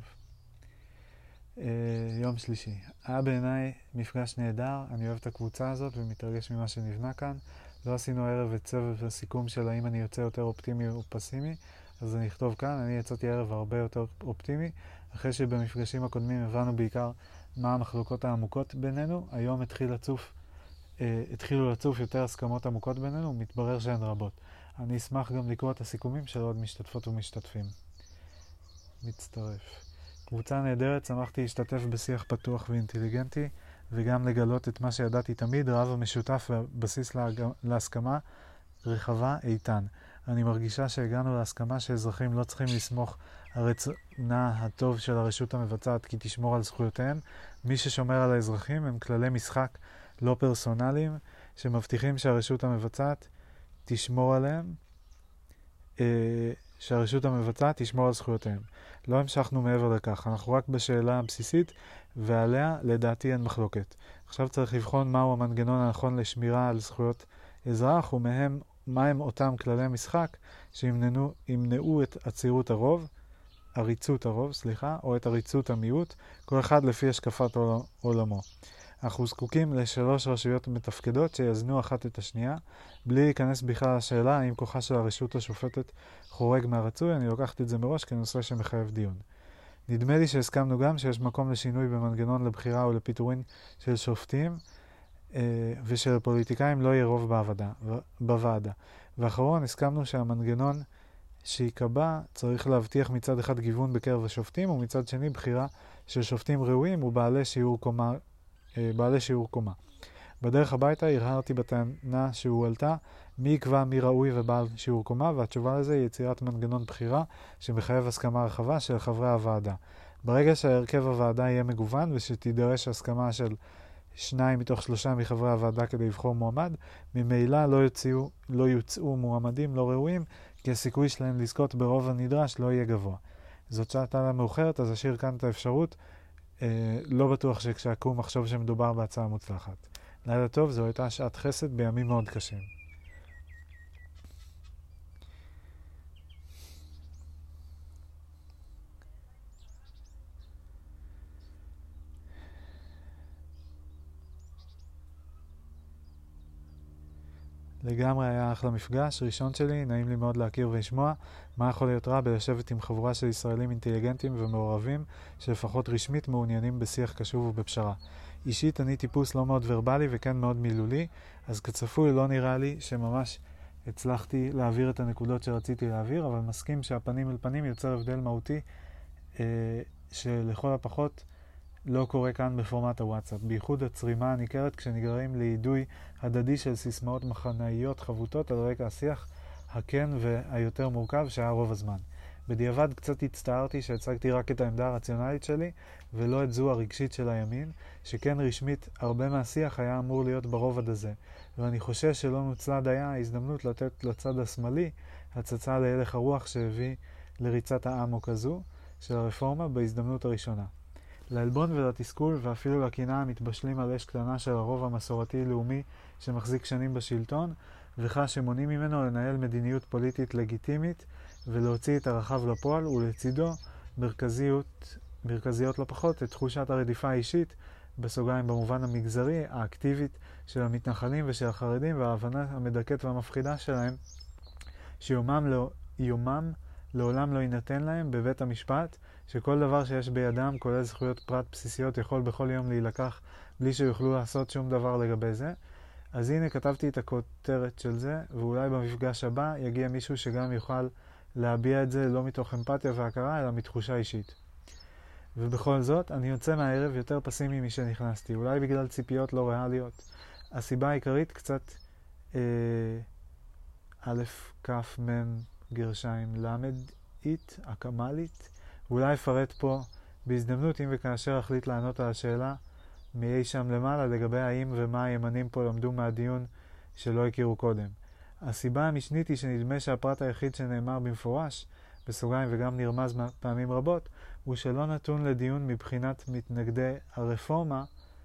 יום שלישי. היה בעיניי מפגש נהדר, אני אוהב את הקבוצה הזאת ומתרגש ממה שנבנה כאן. לא עשינו ערב וצוות וסיכום של האם אני יוצא יותר אופטימי או פסימי, אז אני אכתוב כאן, אני יצאתי ערב הרבה יותר אופטימי, אחרי שבמפגשים הקודמים הבנו בעיקר מה המחלוקות העמוקות בינינו. היום התחילו לצוף יותר הסכמות עמוקות בינינו, ומתברר שהן רבות. אני אשמח גם לקרוא את הסיכומים של עוד משתתפות ומשתתפים. מצטרף. קבוצה נהדרת, שמחתי להשתתף בשיח פתוח ואינטליגנטי, וגם לגלות את מה שידעתי תמיד, רב המשותף ובסיס להסכמה רחבה איתן. אני מרגישה שהגענו להסכמה שאזרחים לא צריכים לסמוך על רצונה הטוב של הרשות המבצעת כי תשמור על זכויותיהם. מי ששומר על האזרחים הם כללי משחק לא פרסונליים, שמבטיחים שהרשות המבצעת תשמור עליהם, שהרשות המבצעת תשמור על זכויותיהם. לא המשכנו מעבר לכך, אנחנו רק בשאלה הבסיסית, ועליה לדעתי אין מחלוקת. עכשיו צריך לבחון מהו המנגנון הנכון לשמירה על זכויות אזרח, ומהם אותם כללי משחק שימנעו את עריצות הרוב, או את עריצות המיעוט, כל אחד לפי השקפת עולמו. אנחנו זקוקים לשלוש רשויות מתפקדות שיזנו אחת את השנייה, בלי להיכנס בכלל לשאלה האם כוחה של הרשות השופטת חורג מהרצוי. אני לוקחת את זה מראש כנושא שמחייב דיון. נדמה לי שהסכמנו גם שיש מקום לשינוי במנגנון לבחירה או לפיטורין של שופטים, ושל פוליטיקאים לא יהיה רוב בוועדה. ואחרון, הסכמנו שהמנגנון שיקבע צריך להבטיח מצד אחד גיוון בקרב השופטים, ומצד שני בחירה של שופטים ראויים ובעלי שיעור קומה. בדרך הביתה הרהרתי בטענה שהועלתה, מי יקבע מי ראוי ובעל שיעור קומה, והתשובה לזה היא יצירת מנגנון בחירה שמחייב הסכמה רחבה של חברי הוועדה. ברגע שהרכב הוועדה יהיה מגוון ושתידרש הסכמה של 2 מתוך 3 מחברי הוועדה כדי לבחור מועמד, ממילא לא יוצאו מועמדים לא ראויים, כי הסיכוי שלהם לזכות ברוב הנדרש לא יהיה גבוה. זאת שעת לילה מאוחרת, אז אשאיר כאן את האפשרות. לא בטוח שכשאקום מחשוב שמדובר בהצעה מוצלחת. לילה טוב, זו הייתה שעת חסד בימים מאוד קשים. לגמרי היה אחלה מפגש, ראשון שלי, נעים לי מאוד להכיר ולשמוע מה יכול להיות רע בלשבת עם חבורה של ישראלים אינטליגנטים ומעורבים שלפחות רשמית מעוניינים בשיח קשוב ובפשרה. אישית אני טיפוס לא מאוד ורבלי וכן מאוד מילולי, אז כצפוי לא נראה לי שממש הצלחתי להעביר את הנקודות שרציתי להעביר, אבל מסכים שהפנים אל פנים יוצר הבדל מהותי שלכל הפחות לא קורה כאן בפורמט הוואטסאפ. בייחוד הצרימה הניכרת כשנגררים לידוי הדדי של סיסמאות מחנאיות חבוטות על רקע השיח הכן והיותר מורכב שהיה רוב הזמן. בדיעבד קצת הצטערתי שהצגתי רק את העמדה הרציונלית שלי ולא את זו הרגשית של הימין, שכן רשמית הרבה מהשיח היה אמור להיות ברובד הזה, ואני חושש שלא נוצלה דייה ההזדמנות לתת לצד השמאלי הצצה להלך הרוח שהביא לריצת האמוק הזו של הרפורמה בהזדמנות הראשונה. לעלבון ולתסכול ואפילו לקנאה מתבשלים על אש קטנה של הרוב המסורתי-לאומי שמחזיק שנים בשלטון, וכך שמונים ממנו לנהל מדיניות פוליטית לגיטימית ולהוציא את הרחב לפועל, ולצידו מרכזיות לא פחות את תחושת הרדיפה האישית, בסוגריים במובן המגזרי, האקטיבית של המתנחלים ושל החרדים, וההבנה המדכאת והמפחידה שלהם שיומם לעולם לא יינתן להם בבית המשפט, שכל דבר שיש בידם, כולל זכויות פרט בסיסיות, יכול בכל יום להילקח בלי שיוכלו לעשות שום דבר לגבי זה. אז הנה כתבתי את הכותרת של זה, ואולי במפגש הבא יגיע מישהו שגם יוכל להביע את זה לא מתוך אמפתיה והכרה, אלא מתחושה אישית. ובכל זאת, אני יוצא מהערב יותר פסימי משנכנסתי, אולי בגלל ציפיות לא ריאליות. הסיבה העיקרית קצת א' כ' מ' גרשיים למדית, הקמלית, ואולי אפרט פה בהזדמנות אם וכאשר החליט לענות על השאלה מאי שם למעלה לגבי האם ומה הימנים פה למדו מהדיון שלא הכירו קודם. הסיבה המשנית היא שנדמה שהפרט היחיד שנאמר במפורש, בסוגריים וגם נרמז פעמים רבות, הוא שלא נתון לדיון מבחינת מתנגדי הרפורמה,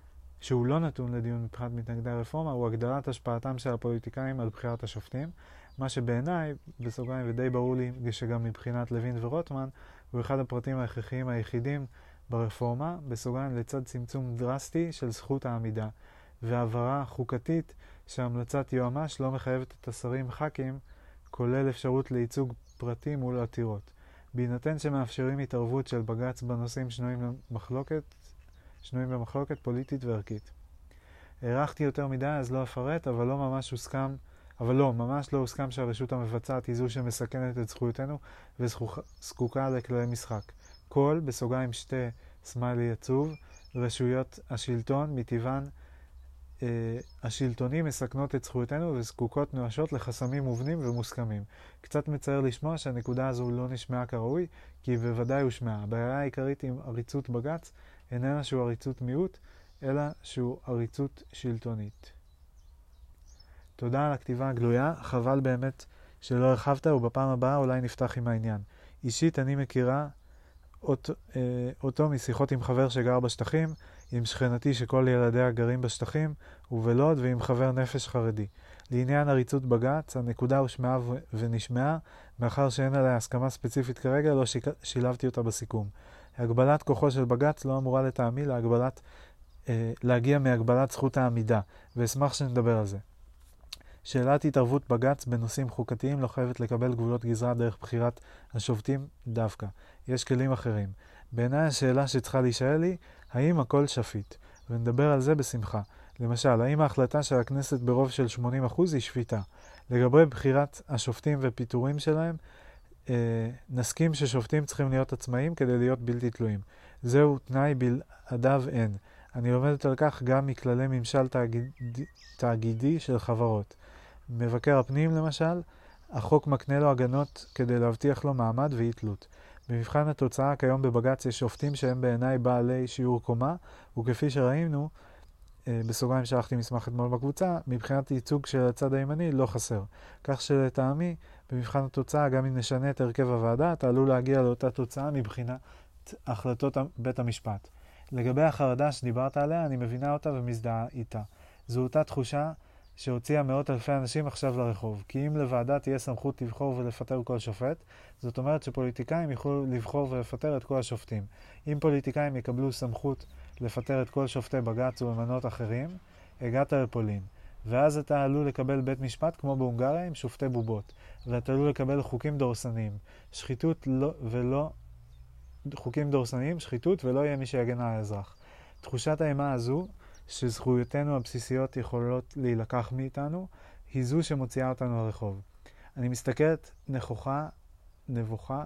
הוא הגדלת השפעתם של הפוליטיקאים על בחירת השופטים, מה שבעיניי, בסוגריים ודי ברור לי שגם מבחינת לוין ורוטמן, הוא אחד הפרטים ההכרחיים היחידים ברפורמה, בסוגריים לצד צמצום דרסטי של זכות העמידה, והעברה חוקתית שהמלצת יועמ"ש לא מחייבת את השרים ח"כים, כולל אפשרות לייצוג פרטי מול עתירות. בהינתן שמאפשרים התערבות של בג"ץ בנושאים שנויים במחלוקת פוליטית וערכית. הערכתי יותר מדי אז לא אפרט, אבל ממש לא הוסכם שהרשות המבצעת היא זו שמסכנת את זכויותינו וזקוקה לכללי משחק. כל, בסוגריים שתי סמיילי עצוב, רשויות השלטון מטבען השלטוני מסכנות את זכויותינו וזקוקות נואשות לחסמים מובנים ומוסכמים. קצת מצער לשמוע שהנקודה הזו לא נשמעה כראוי, כי בוודאי הושמעה. הבעיה העיקרית עם עריצות בג"ץ איננה שהוא עריצות מיעוט, אלא שהוא עריצות שלטונית. תודה על הכתיבה הגלויה, חבל באמת שלא הרחבת, ובפעם הבאה אולי נפתח עם העניין. אישית אני מכירה אותו משיחות עם חבר שגר בשטחים, עם שכנתי שכל ילדיה גרים בשטחים ובלוד, ועם חבר נפש חרדי. לעניין עריצות בג"ץ, הנקודה הושמעה ונשמעה, מאחר שאין עליה הסכמה ספציפית כרגע, לא שילבתי אותה בסיכום. הגבלת כוחו של בג"ץ לא אמורה לטעמי להגיע מהגבלת זכות העמידה, ואשמח שנדבר על זה. שאלת התערבות בג"ץ בנושאים חוקתיים לא חייבת לקבל גבולות גזרה דרך בחירת השופטים דווקא. יש כלים אחרים. בעיניי השאלה שצריכה להישאל היא, האם הכל שפיט? ונדבר על זה בשמחה. למשל, האם ההחלטה של הכנסת ברוב של 80% היא שפיטה? לגבי בחירת השופטים ופיטורים שלהם, נסכים ששופטים צריכים להיות עצמאיים כדי להיות בלתי תלויים. זהו תנאי בלעדיו אין. אני לומדת על כך גם מכללי ממשל תאגידי של חברות. מבקר הפנים למשל, החוק מקנה לו הגנות כדי להבטיח לו מעמד ואי תלות. במבחן התוצאה כיום בבג"ץ יש שופטים שהם בעיניי בעלי שיעור קומה, וכפי שראינו, בסוגריים שלחתי מסמך אתמול בקבוצה, מבחינת ייצוג של הצד הימני לא חסר. כך שלטעמי, במבחן התוצאה, גם אם נשנה את הרכב הוועדה, אתה עלול להגיע לאותה תוצאה מבחינת החלטות בית המשפט. לגבי החרדה שדיברת עליה, אני מבינה אותה ומזדהה איתה. זו אותה תחושה שהוציאה מאות אלפי אנשים עכשיו לרחוב. כי אם לוועדה תהיה סמכות לבחור ולפטר כל שופט, זאת אומרת שפוליטיקאים יוכלו לבחור ולפטר את כל השופטים. אם פוליטיקאים יקבלו סמכות לפטר את כל שופטי בג"ץ ולמנות אחרים, הגעת לפולין. ואז אתה עלול לקבל בית משפט כמו בהונגריה עם שופטי בובות. ואתה עלול לקבל חוקים דורסניים. חוקים דורסניים, שחיתות, ולא יהיה מי שיגן על האזרח. תחושת האימה הזו, שזכויותינו הבסיסיות יכולות להילקח מאיתנו, היא זו שמוציאה אותנו לרחוב. אני מסתכלת נבוכה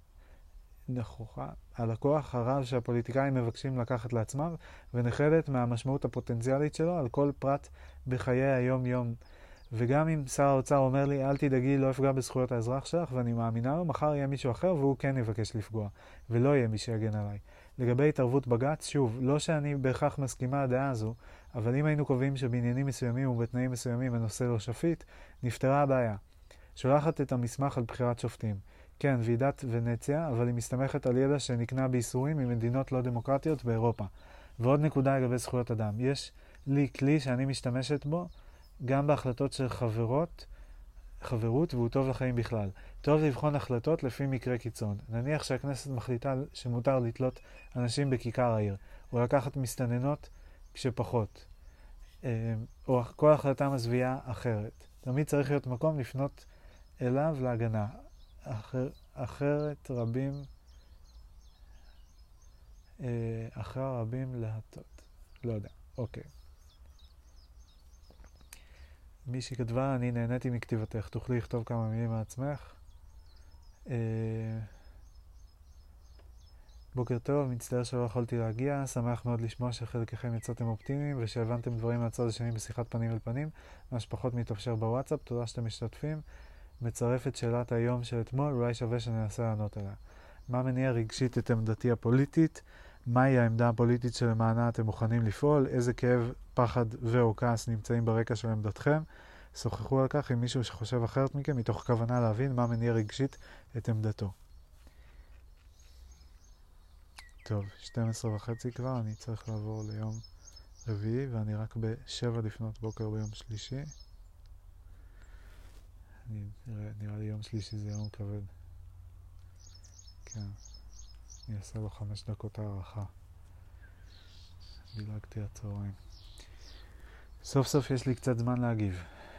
על הכוח הרב שהפוליטיקאים מבקשים לקחת לעצמם, ונחרדת מהמשמעות הפוטנציאלית שלו על כל פרט בחיי היום-יום. וגם אם שר האוצר אומר לי, אל תדאגי, לא אפגע בזכויות האזרח שלך, ואני מאמינה לו, מחר יהיה מישהו אחר והוא כן יבקש לפגוע, ולא יהיה מי שיגן עליי. לגבי התערבות בג"ץ, שוב, לא שאני בהכרח מסכימה לדעה הזו, אבל אם היינו קובעים שבעניינים מסוימים ובתנאים מסוימים הנושא לא שפיט, נפתרה הבעיה. שולחת את המסמך על בחירת שופטים. כן, ועידת ונציה, אבל היא מסתמכת על ידע שנקנה בייסורים ממדינות לא דמוקרטיות באירופה. ועוד נקודה לגבי זכויות אדם. יש לי כלי שאני משתמשת בו, גם בהחלטות של חברות, והוא טוב לחיים בכלל. טוב לבחון החלטות לפי מקרה קיצון. נניח שהכנסת מחליטה שמותר לתלות אנשים בכיכר העיר, או לקחת מסתננות כשפחות, או כל החלטה מזוויעה אחרת. תמיד צריך להיות מקום לפנות אליו להגנה. אחרת רבים להטות. לא יודע, אוקיי. מישהי כתבה, אני נהניתי מכתיבתך, תוכלי לכתוב כמה מילים מעצמך. בוקר טוב, מצטער שלא יכולתי להגיע, שמח מאוד לשמוע שחלקכם יצאתם אופטימיים ושהבנתם דברים מהצד השני בשיחת פנים אל פנים, מה שפחות מתאפשר בוואטסאפ, תודה שאתם משתתפים. מצרף את שאלת היום של אתמול, אולי שווה שננסה לענות עליה. מה מניע רגשית את עמדתי הפוליטית? מהי העמדה הפוליטית שלמענה אתם מוכנים לפעול? איזה כאב, פחד ואו כעס נמצאים ברקע של עמדתכם? שוחחו על כך עם מישהו שחושב אחרת מכם, מתוך כוונה להבין מה מניע רגשית את עמדתו. טוב, 12:30 כבר, אני צריך לעבור ליום רביעי, ואני רק ב-7 לפנות בוקר ביום שלישי. נראה לי יום שלישי זה יום כבד. כן, אני אעשה לו 5 דקות הערכה. דילגתי הצהריים. סוף סוף יש לי קצת זמן להגיב.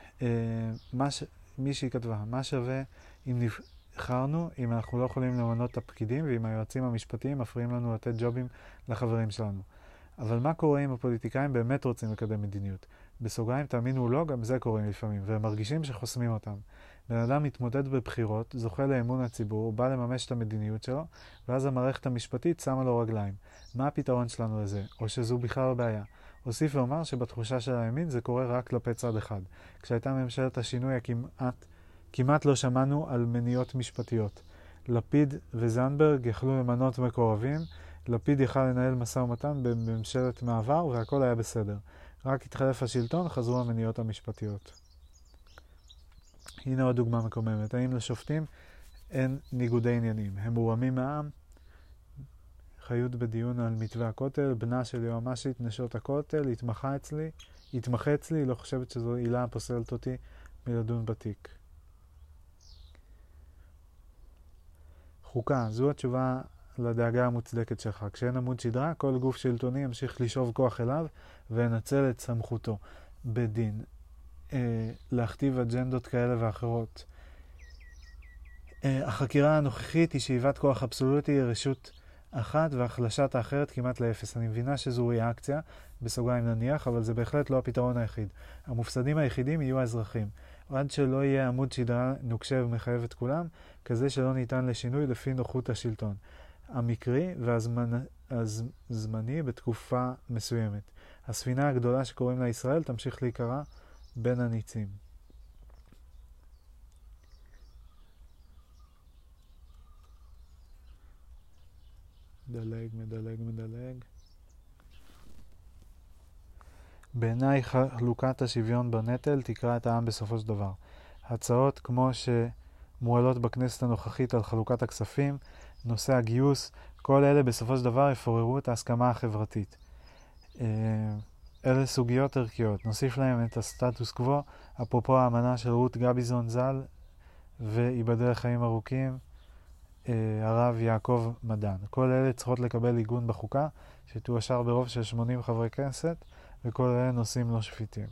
מישהי כתבה, מה שווה אם נבחרנו, אם אנחנו לא יכולים למנות את הפקידים, ואם היועצים המשפטיים מפריעים לנו לתת ג'ובים לחברים שלנו. אבל מה קורה אם הפוליטיקאים באמת רוצים לקדם מדיניות? בסוגריים, תאמינו או לא, גם זה קורה לפעמים, והם מרגישים שחוסמים אותם. בן אדם מתמודד בבחירות, זוכה לאמון הציבור, בא לממש את המדיניות שלו, ואז המערכת המשפטית שמה לו רגליים. מה הפתרון שלנו לזה? או שזו בכלל הבעיה? הוסיף ואומר שבתחושה של הימין זה קורה רק כלפי צד אחד. כשהייתה ממשלת השינוי כמעט לא שמענו על מניעות משפטיות. לפיד וזנברג יכלו למנות מקורבים, לפיד יכל לנהל משא ומתן בממשלת מעבר והכל היה בסדר. רק התחלף השלטון, חזרו המניעות המשפטיות. הנה עוד דוגמה מקוממת. האם לשופטים אין ניגודי עניינים? הם מורמים מהעם? חיות בדיון על מתווה הכותל, בנה של יועמ"שית נשות הכותל, התמחה אצלי, לא חושבת שזו עילה הפוסלת אותי מלדון בתיק. חוקה, זו התשובה לדאגה המוצדקת שלך. כשאין עמוד שדרה, כל גוף שלטוני ימשיך לשאוב כוח אליו וינצל את סמכותו בדין. להכתיב אג'נדות כאלה ואחרות. החקירה הנוכחית היא שאיבת כוח אבסולוטי לרשות אחת והחלשת האחרת כמעט לאפס. אני מבינה שזו ריאקציה, בסוגריים נניח, אבל זה בהחלט לא הפתרון היחיד. המופסדים היחידים יהיו האזרחים. עד שלא יהיה עמוד שדרה נוקשה ומחייב את כולם, כזה שלא ניתן לשינוי לפי נוחות השלטון. המקרי הזמני בתקופה מסוימת. הספינה הגדולה שקוראים לה ישראל תמשיך להיקרא בין הניצים. מדלג. בעיניי חלוקת השוויון בנטל תקרא את העם בסופו של דבר. הצעות כמו שמועלות בכנסת הנוכחית על חלוקת הכספים, נושא הגיוס, כל אלה בסופו של דבר יפוררו את ההסכמה החברתית. אלה סוגיות ערכיות. נוסיף להם את הסטטוס קוו, אפרופו האמנה של רות גביזון ז"ל, ויבדל לחיים ארוכים, הרב יעקב מדן. כל אלה צריכות לקבל עיגון בחוקה, שתאושר ברוב של 80 חברי כנסת, וכל אלה נושאים לא שפיטים.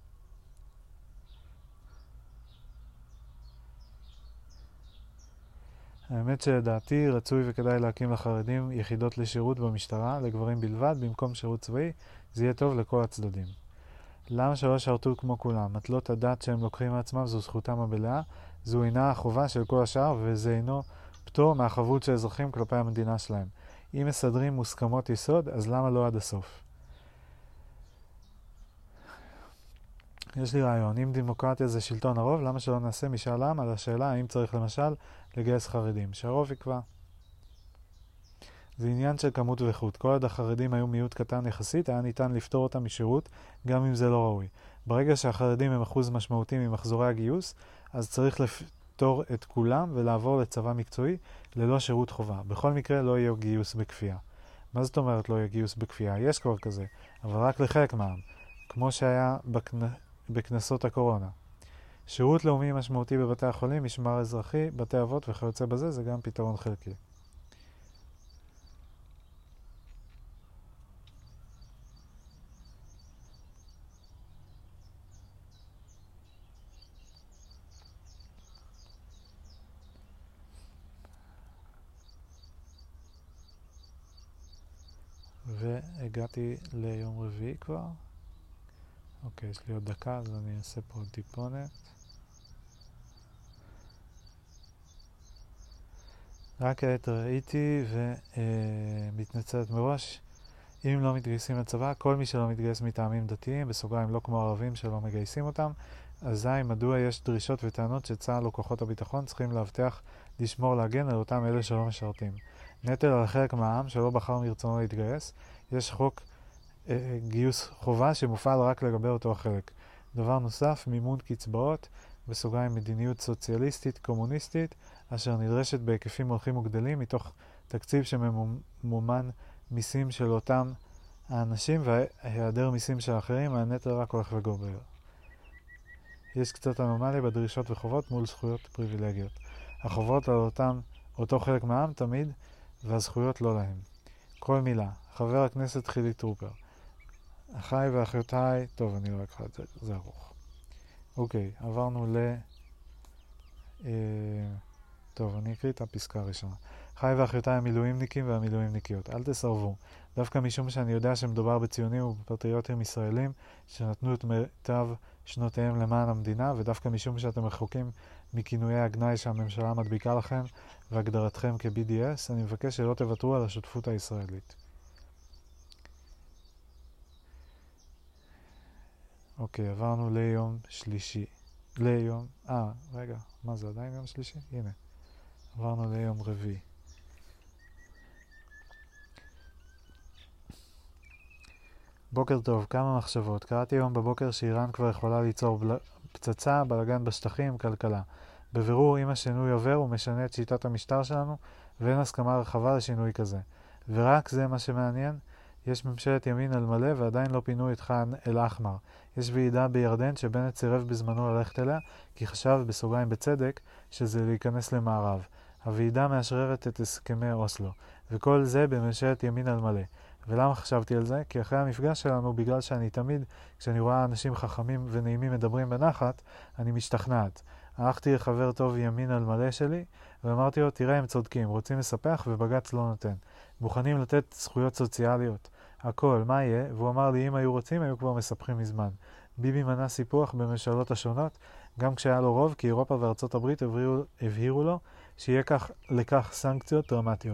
האמת שלדעתי רצוי וכדאי להקים לחרדים יחידות לשירות במשטרה, לגברים בלבד, במקום שירות צבאי, זה יהיה טוב לכל הצדדים. למה שלא שרתו כמו כולם? מטלות הדת שהם לוקחים מעצמם זו זכותם המלאה, זו אינה החובה של כל השאר, וזה אינו פטור מהחבות של אזרחים כלפי המדינה שלהם. אם מסדרים מוסכמות יסוד, אז למה לא עד הסוף? יש לי רעיון, אם דמוקרטיה זה שלטון הרוב, למה שלא נעשה משאל עם על השאלה האם צריך למשל לגייס חרדים? שהרוב יקבע. זה עניין של כמות ואיכות. כל עוד החרדים היו מיעוט קטן יחסית, היה ניתן לפתור אותם משירות, גם אם זה לא ראוי. ברגע שהחרדים הם אחוז משמעותי ממחזורי הגיוס, אז צריך לפתור את כולם ולעבור לצבא מקצועי ללא שירות חובה. בכל מקרה לא יהיה גיוס בכפייה. מה זאת אומרת לא יהיה גיוס בכפייה? יש כבר כזה, אבל רק לחלק מהעם, כמו שהיה בכנסות הקורונה. שירות לאומי משמעותי בבתי החולים, משמר אזרחי, בתי אבות וכיוצא בזה, זה גם פתרון חלקי. והגעתי ליום רביעי כבר. אוקיי, יש לי עוד דקה, אז אני אעשה פה עוד טיפונת. רק כעת ראיתי ומתנצלת מראש, אם לא מתגייסים לצבא, כל מי שלא מתגייס מטעמים דתיים, בסוגריים לא כמו ערבים שלא מגייסים אותם, אזי מדוע יש דרישות וטענות שצה"ל או כוחות הביטחון צריכים להבטיח, לשמור, להגן על אותם אלה שלא משרתים. נטל על חלק מהעם שלא בחר מרצונו להתגייס, יש חוק גיוס חובה שמופעל רק לגבי אותו החלק. דבר נוסף, מימון קצבאות, בסוגריים מדיניות סוציאליסטית קומוניסטית, אשר נדרשת בהיקפים הולכים וגדלים מתוך תקציב שממומן מיסים של אותם האנשים והיעדר מיסים של אחרים, הנטל רק הולך וגובר. יש קצת אנומליה בדרישות וחובות מול זכויות פריבילגיות. החובות על אותו חלק מהעם תמיד, והזכויות לא להם. כל מילה. חבר הכנסת חילי טרופר. אחיי ואחיותיי, טוב, אני לא אקרא את זה, זה ארוך. אוקיי, עברנו טוב, אני אקריא את הפסקה הראשונה. אחיי ואחיותיי המילואימניקים והמילואימניקיות, אל תסרבו. דווקא משום שאני יודע שמדובר בציונים ובפטריוטים ישראלים שנתנו את מיטב שנותיהם למען המדינה, ודווקא משום שאתם רחוקים מכינויי הגנאי שהממשלה מדביקה לכם והגדרתכם כ-BDS, אני מבקש שלא תוותרו על השותפות הישראלית. אוקיי, עברנו ליום שלישי. רגע, מה זה עדיין יום שלישי? הנה. עברנו ליום רביעי. בוקר טוב, כמה מחשבות. קראתי היום בבוקר שאיראן כבר יכולה ליצור פצצה, בלגן בשטחים, כלכלה. בבירור, אם השינוי עובר, הוא משנה את שיטת המשטר שלנו, ואין הסכמה רחבה לשינוי כזה. ורק זה מה שמעניין, יש ממשלת ימין על מלא ועדיין לא פינו את ח'אן אל-אחמר. יש ועידה בירדן שבנט סירב בזמנו ללכת אליה, כי חשב בסוגריים בצדק שזה להיכנס למערב. הוועידה מאשררת את הסכמי אוסלו, וכל זה בממשלת ימין על מלא. ולמה חשבתי על זה? כי אחרי המפגש שלנו, בגלל שאני תמיד, כשאני רואה אנשים חכמים ונעימים מדברים בנחת, אני משתכנעת. הלכתי לחבר טוב ימין על מלא שלי, ואמרתי לו, תראה, הם צודקים, רוצים לספח ובג"ץ לא נותן. מוכנים לתת זכויות סוציאליות. הכל, מה יהיה? והוא אמר לי, אם היו רוצים, היו כבר מספחים מזמן. ביבי מנע סיפוח בממשלות השונות, גם כשהיה לו רוב, כי אירופה וארצות הברית הבהירו לו שיהיה לכך סנקציות דרמטיות.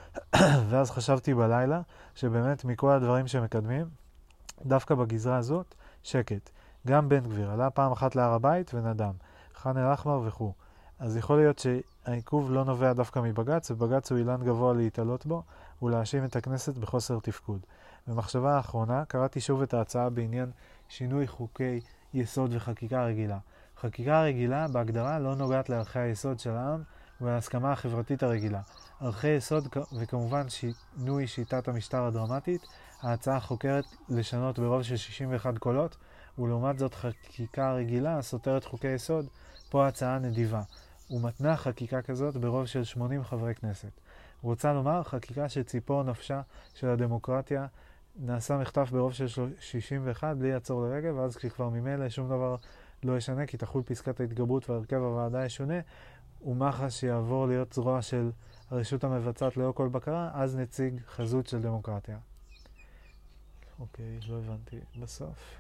ואז חשבתי בלילה שבאמת מכל הדברים שמקדמים, דווקא בגזרה הזאת, שקט. גם בן גביר עלה פעם אחת להר הבית ונדם, ח'אן אל-אחמר וכו'. אז יכול להיות שהעיכוב לא נובע דווקא מבגץ, ובגץ הוא אילן גבוה להתעלות בו ולהאשים את הכנסת בחוסר תפקוד. במחשבה האחרונה קראתי שוב את ההצעה בעניין שינוי חוקי יסוד וחקיקה רגילה. חקיקה רגילה בהגדרה לא נוגעת לערכי היסוד של העם ולהסכמה החברתית הרגילה. ערכי יסוד וכמובן שינוי שיטת המשטר הדרמטית, ההצעה חוקרת לשנות ברוב של 61 קולות, ולעומת זאת חקיקה רגילה סותרת חוקי יסוד, פה ההצעה נדיבה, ומתנה חקיקה כזאת ברוב של 80 חברי כנסת. רוצה לומר, חקיקה שציפור נפשה של הדמוקרטיה נעשה מחטף ברוב של 61 בלי לעצור לרגע, ואז כשכבר ממילא שום דבר לא ישנה, כי תחול פסקת ההתגברות והרכב הוועדה ישונה, ומח"ש שיעבור להיות זרוע של הרשות המבצעת ללא כל בקרה, אז נציג חזות של דמוקרטיה. אוקיי, לא הבנתי בסוף.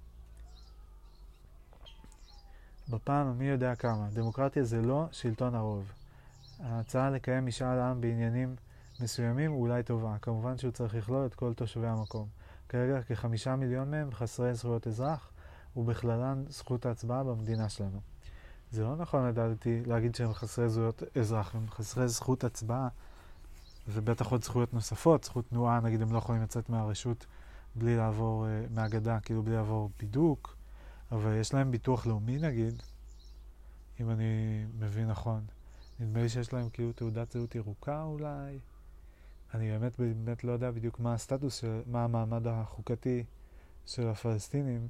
בפעם מי יודע כמה, דמוקרטיה זה לא שלטון הרוב. ההצעה לקיים משאל עם בעניינים מסוימים אולי טובה, כמובן שהוא צריך לכלול את כל תושבי המקום. כרגע כ5 מיליון מהם חסרי זכויות אזרח, ובכללן זכות ההצבעה במדינה שלנו. זה לא נכון לדעתי להגיד שהם חסרי זכויות אזרח, הם חסרי זכות הצבעה, ובטח עוד זכויות נוספות, זכות תנועה, נגיד הם לא יכולים לצאת מהרשות בלי לעבור, מהגדה, כאילו בלי לעבור בידוק, אבל יש להם ביטוח לאומי נגיד, אם אני מבין נכון. נדמה לי שיש להם כאילו תעודת זהות ירוקה אולי. אני באמת לא יודע בדיוק מה הסטטוס, מה המעמד החוקתי של הפלסטינים,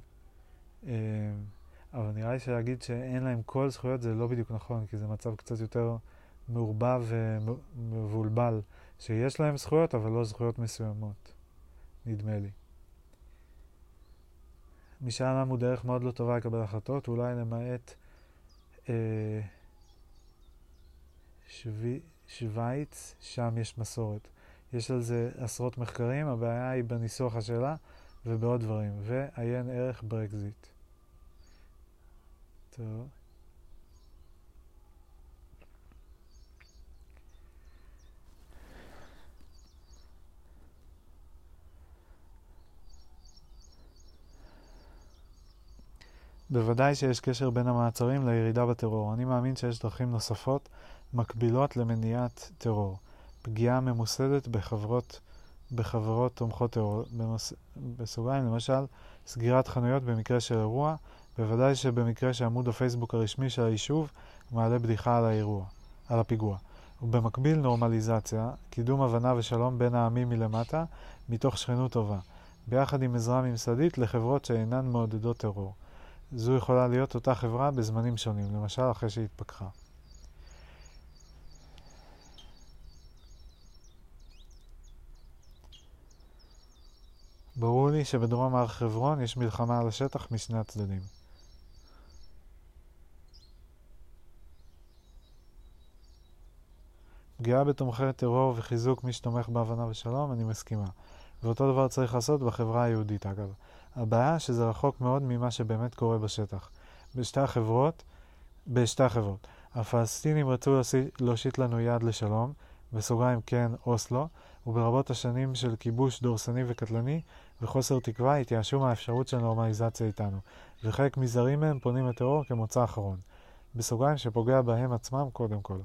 אבל נראה לי שלהגיד שאין להם כל זכויות זה לא בדיוק נכון, כי זה מצב קצת יותר מעורבב ומבולבל, שיש להם זכויות אבל לא זכויות מסוימות, נדמה לי. משאל עם הוא דרך מאוד לא טובה לקבל החלטות, אולי למעט שוויץ, שם יש מסורת. יש על זה עשרות מחקרים, הבעיה היא בניסוח השאלה ובעוד דברים, ועיין ערך ברקזיט. טוב. בוודאי שיש קשר בין המעצרים לירידה בטרור. אני מאמין שיש דרכים נוספות מקבילות למניעת טרור. פגיעה ממוסדת בחברות תומכות טרור. בסוגריים, למשל, סגירת חנויות במקרה של אירוע, בוודאי שבמקרה שעמוד הפייסבוק הרשמי של היישוב מעלה בדיחה על הפיגוע. ובמקביל נורמליזציה, קידום הבנה ושלום בין העמים מלמטה, מתוך שכנות טובה, ביחד עם עזרה ממסדית לחברות שאינן מעודדות טרור. זו יכולה להיות אותה חברה בזמנים שונים, למשל אחרי שהתפכחה. ברור לי שבדרום הר חברון יש מלחמה על השטח משני הצדדים. פגיעה בתומכי טרור וחיזוק מי שתומך בהבנה ושלום, אני מסכימה. ואותו דבר צריך לעשות בחברה היהודית אגב. הבעיה שזה רחוק מאוד ממה שבאמת קורה בשטח. בשתי החברות. הפלסטינים רצו להושיט לנו יד לשלום, בסוגריים כן אוסלו, וברבות השנים של כיבוש דורסני וקטלני וחוסר תקווה התייאשו מהאפשרות של נורמליזציה איתנו, וחלק מזרים מהם פונים לטרור כמוצא אחרון. בסוגריים שפוגע בהם עצמם קודם כל.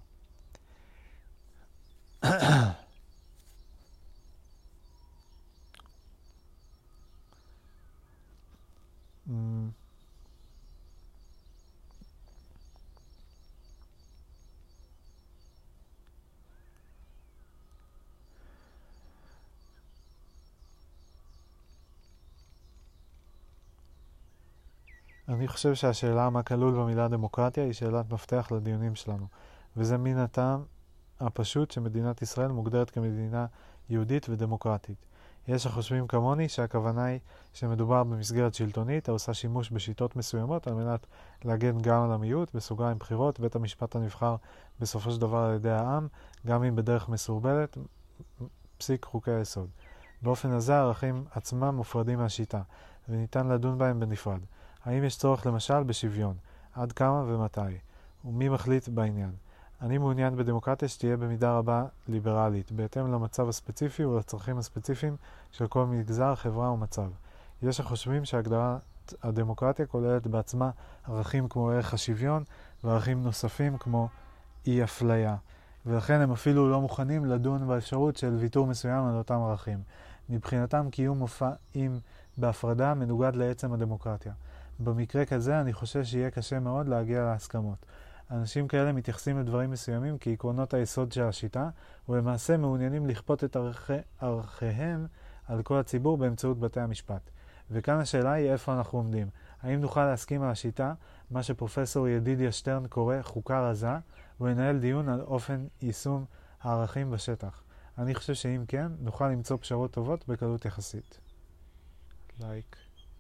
אני חושב שהשאלה מה כלול במילה דמוקרטיה היא שאלת מפתח לדיונים שלנו, וזה מן הטעם הפשוט שמדינת ישראל מוגדרת כמדינה יהודית ודמוקרטית. יש החושבים כמוני שהכוונה היא שמדובר במסגרת שלטונית העושה שימוש בשיטות מסוימות על מנת להגן גם על המיעוט, בסוגריים בחירות, בית המשפט הנבחר בסופו של דבר על ידי העם, גם אם בדרך מסורבלת, פסיק חוקי היסוד. באופן הזה הערכים עצמם מופרדים מהשיטה, וניתן לדון בהם בנפרד. האם יש צורך למשל בשוויון? עד כמה ומתי? ומי מחליט בעניין? אני מעוניין בדמוקרטיה שתהיה במידה רבה ליברלית, בהתאם למצב הספציפי ולצרכים הספציפיים של כל מגזר, חברה ומצב. יש החושבים שהגדרת הדמוקרטיה כוללת בעצמה ערכים כמו ערך השוויון וערכים נוספים כמו אי אפליה, ולכן הם אפילו לא מוכנים לדון באפשרות של ויתור מסוים על אותם ערכים. מבחינתם קיום מופעים בהפרדה מנוגד לעצם הדמוקרטיה. במקרה כזה אני חושב שיהיה קשה מאוד להגיע להסכמות. אנשים כאלה מתייחסים לדברים מסוימים כעקרונות היסוד של השיטה, ולמעשה מעוניינים לכפות את ערכיהם על כל הציבור באמצעות בתי המשפט. וכאן השאלה היא איפה אנחנו עומדים. האם נוכל להסכים על השיטה, מה שפרופסור ידידיה שטרן קורא חוקה רזה, ולנהל דיון על אופן יישום הערכים בשטח? אני חושב שאם כן, נוכל למצוא פשרות טובות בקלות יחסית. לייק.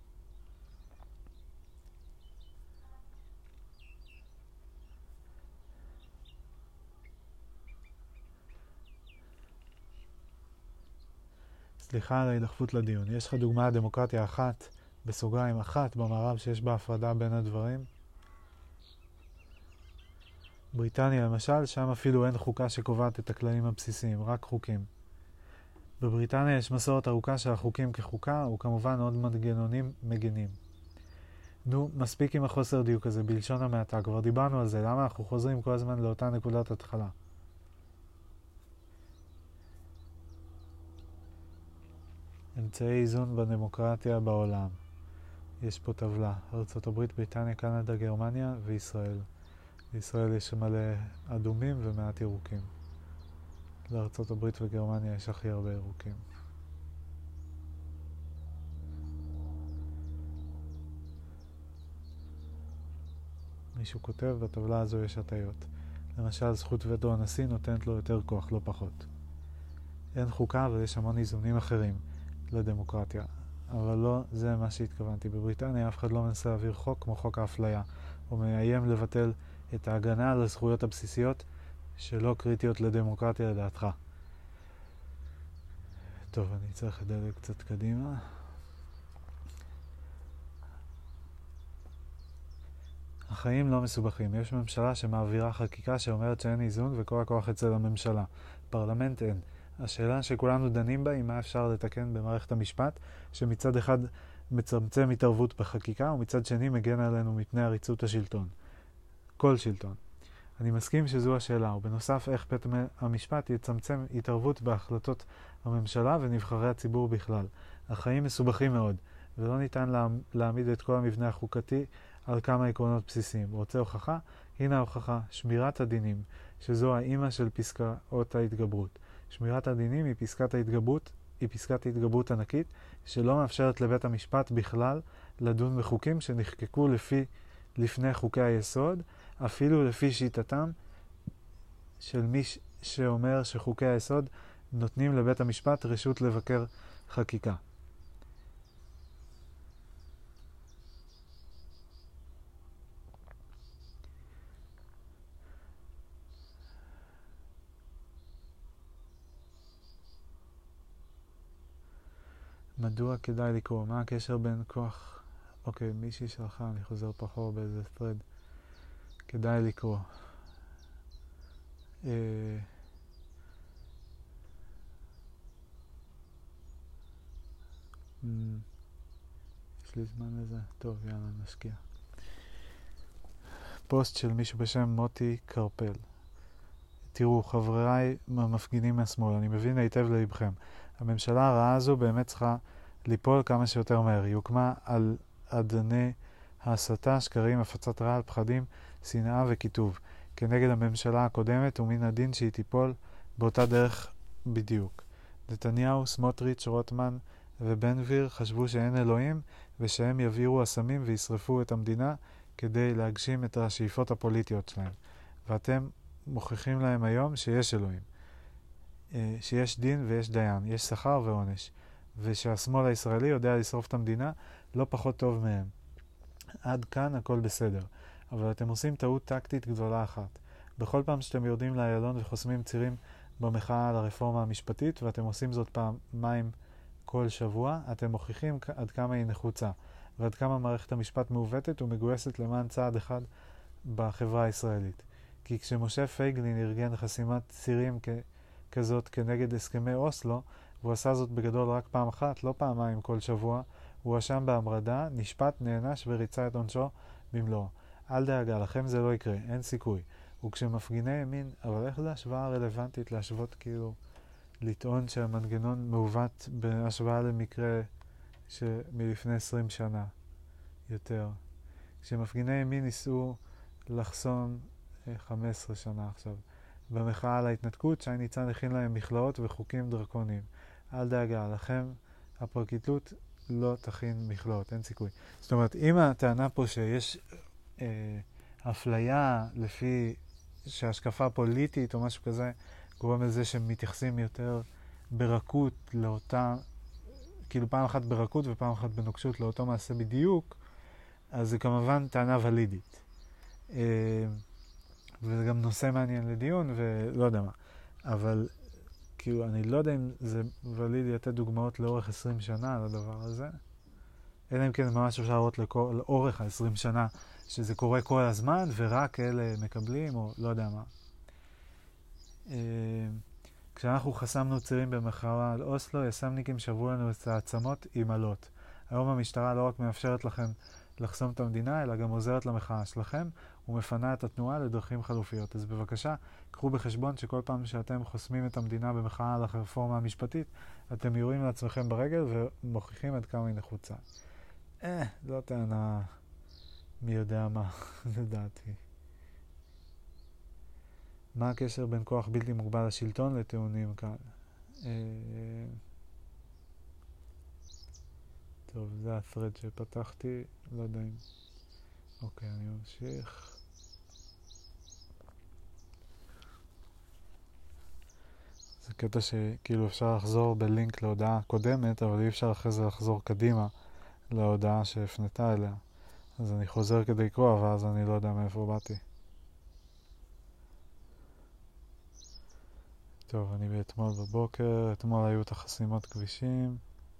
סליחה על ההידחפות לדיון. יש לך דוגמה דמוקרטיה אחת, בסוגריים אחת, במערב שיש בה הפרדה בין הדברים? בריטניה למשל, שם אפילו אין חוקה שקובעת את הכללים הבסיסיים, רק חוקים. בבריטניה יש מסורת ארוכה של החוקים כחוקה, וכמובן עוד מנגנונים מגנים. נו, מספיק עם החוסר דיוק הזה, בלשון המעטה, כבר דיברנו על זה, למה אנחנו חוזרים כל הזמן לאותה נקודת התחלה? אמצעי איזון בדמוקרטיה בעולם. יש פה טבלה, ארצות הברית, בריטניה, קנדה, גרמניה וישראל. בישראל יש מלא אדומים ומעט ירוקים. לארצות הברית וגרמניה יש הכי הרבה ירוקים. מישהו כותב, בטבלה הזו יש הטיות. למשל, זכות וטו הנשיא נותנת לו יותר כוח, לא פחות. אין חוקה, אבל יש המון איזונים אחרים לדמוקרטיה. אבל לא זה מה שהתכוונתי. בבריטניה אף אחד לא מנסה להעביר חוק כמו חוק האפליה, או מאיים לבטל את ההגנה על הזכויות הבסיסיות שלא קריטיות לדמוקרטיה לדעתך. טוב, אני צריך לדלג קצת קדימה. החיים לא מסובכים. יש ממשלה שמעבירה חקיקה שאומרת שאין איזון וכל הכוח אצל הממשלה. פרלמנט אין. השאלה שכולנו דנים בה היא מה אפשר לתקן במערכת המשפט, שמצד אחד מצמצם התערבות בחקיקה ומצד שני מגן עלינו מפני עריצות השלטון. כל שלטון. אני מסכים שזו השאלה, ובנוסף איך בית המשפט יצמצם התערבות בהחלטות הממשלה ונבחרי הציבור בכלל. החיים מסובכים מאוד, ולא ניתן להעמיד את כל המבנה החוקתי על כמה עקרונות בסיסיים. רוצה הוכחה? הנה ההוכחה, שמירת הדינים, שזו האימא של פסקאות ההתגברות. שמירת הדינים היא פסקת התגברות ענקית, שלא מאפשרת לבית המשפט בכלל לדון בחוקים שנחקקו לפני חוקי היסוד, אפילו לפי שיטתם של מי שאומר שחוקי היסוד נותנים לבית המשפט רשות לבקר חקיקה. מדוע כדאי לקרוא? מה הקשר בין כוח... אוקיי, מישהי שלחה, אני חוזר פחות באיזה thread. כדאי לקרוא. יש לי זמן לזה? טוב, יאללה, נשקיע. פוסט של מישהו בשם מוטי קרפל. תראו, חבריי מפגינים מהשמאל, אני מבין היטב ללבכם. הממשלה הרעה הזו באמת צריכה ליפול כמה שיותר מהר. היא הוקמה על אדני ההסתה, שקרים, הפצת רעל, פחדים, שנאה וקיטוב. כנגד הממשלה הקודמת ומן הדין שהיא תיפול באותה דרך בדיוק. נתניהו, סמוטריץ', רוטמן ובן גביר חשבו שאין אלוהים ושהם יבירו אסמים וישרפו את המדינה כדי להגשים את השאיפות הפוליטיות שלהם. ואתם מוכיחים להם היום שיש אלוהים. שיש דין ויש דיין, יש שכר ועונש. ושהשמאל הישראלי יודע לשרוף את המדינה לא פחות טוב מהם. עד כאן הכל בסדר. אבל אתם עושים טעות טקטית גדולה אחת. בכל פעם שאתם יורדים לאיילון וחוסמים צירים במחאה על הרפורמה המשפטית, ואתם עושים זאת פעמיים כל שבוע, אתם מוכיחים עד כמה היא נחוצה, ועד כמה מערכת המשפט מעוותת ומגויסת למען צעד אחד בחברה הישראלית. כי כשמשה פייגלין ארגן חסימת צירים כזאת כנגד הסכמי אוסלו, והוא עשה זאת בגדול רק פעם אחת, לא פעמיים כל שבוע, הוא הואשם בהמרדה, נשפט, נענש וריצה את עונשו במלואו. אל דאגה, לכם זה לא יקרה, אין סיכוי. וכשמפגיני ימין, אבל איך זה השוואה רלוונטית להשוות כאילו, לטעון שהמנגנון מעוות בהשוואה למקרה מלפני 20 שנה יותר. כשמפגיני ימין ניסו לחסום 15 שנה עכשיו, במחאה על ההתנתקות, שי ניצן הכין להם מכלאות וחוקים דרקוניים. אל דאגה, לכם הפרקליטות לא תכין מכלאות, אין סיכוי. זאת אומרת, אם הטענה פה שיש אפליה לפי שהשקפה פוליטית או משהו כזה, גורם לזה שמתייחסים יותר ברכות לאותה, כאילו פעם אחת ברכות ופעם אחת בנוקשות לאותו מעשה בדיוק, אז זה כמובן טענה ולידית. וזה גם נושא מעניין לדיון ולא יודע מה. אבל כאילו אני לא יודע אם זה ולידי לתת דוגמאות לאורך 20 שנה על הדבר הזה. אלא אם כן ממש אפשר לראות לאורך ה-20 שנה שזה קורה כל הזמן ורק אלה מקבלים או לא יודע מה. כשאנחנו חסמנו צירים במחאה על אוסלו, יס"מניקים שברו לנו את העצמות עם עלות. היום המשטרה לא רק מאפשרת לכם לחסום את המדינה, אלא גם עוזרת למחאה שלכם ומפנה את התנועה לדרכים חלופיות. אז בבקשה, קחו בחשבון שכל פעם שאתם חוסמים את המדינה במחאה על הרפורמה המשפטית, אתם יורים לעצמכם ברגל ומוכיחים עד כמה היא נחוצה. לא טענה מי יודע מה, לדעתי. מה הקשר בין כוח בלתי מוגבל לשלטון לטיעונים כאן? טוב, זה ה-thread שפתחתי, לא יודע אם... אוקיי, אני ממשיך. זה קטע שכאילו אפשר לחזור בלינק להודעה קודמת, אבל אי אפשר אחרי זה לחזור קדימה להודעה שהפנתה אליה. אז אני חוזר כדי לקרוא, ואז אני לא יודע מאיפה באתי. טוב, אני באתמול בבוקר, אתמול היו את החסימות כבישים.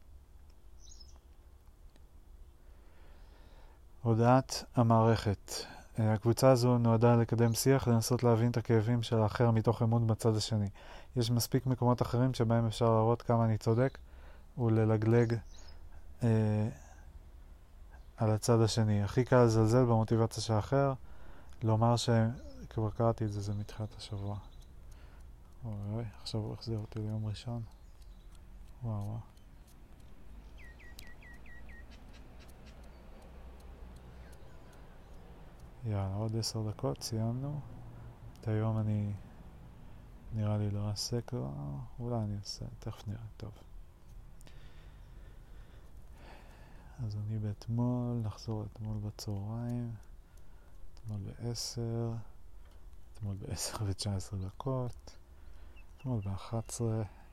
הודעת המערכת. הקבוצה הזו נועדה לקדם שיח, לנסות להבין את הכאבים של האחר מתוך אמון בצד השני. יש מספיק מקומות אחרים שבהם אפשר להראות כמה אני צודק וללגלג על הצד השני. הכי קל לזלזל במוטיבציה של האחר, לומר כבר קראתי את זה, זה מתחילת השבוע. אוי, עכשיו הוא החזיר אותי ליום ראשון. וואו. יאללה, עוד 10 דקות, סיימנו. את היום אני נראה לי לא אעשה כבר, אולי אני אעשה, תכף נראה, טוב. אז אני באתמול, נחזור אתמול בצהריים, אתמול ב-10, אתמול ב-10 ו-19 דקות, אתמול ב-11,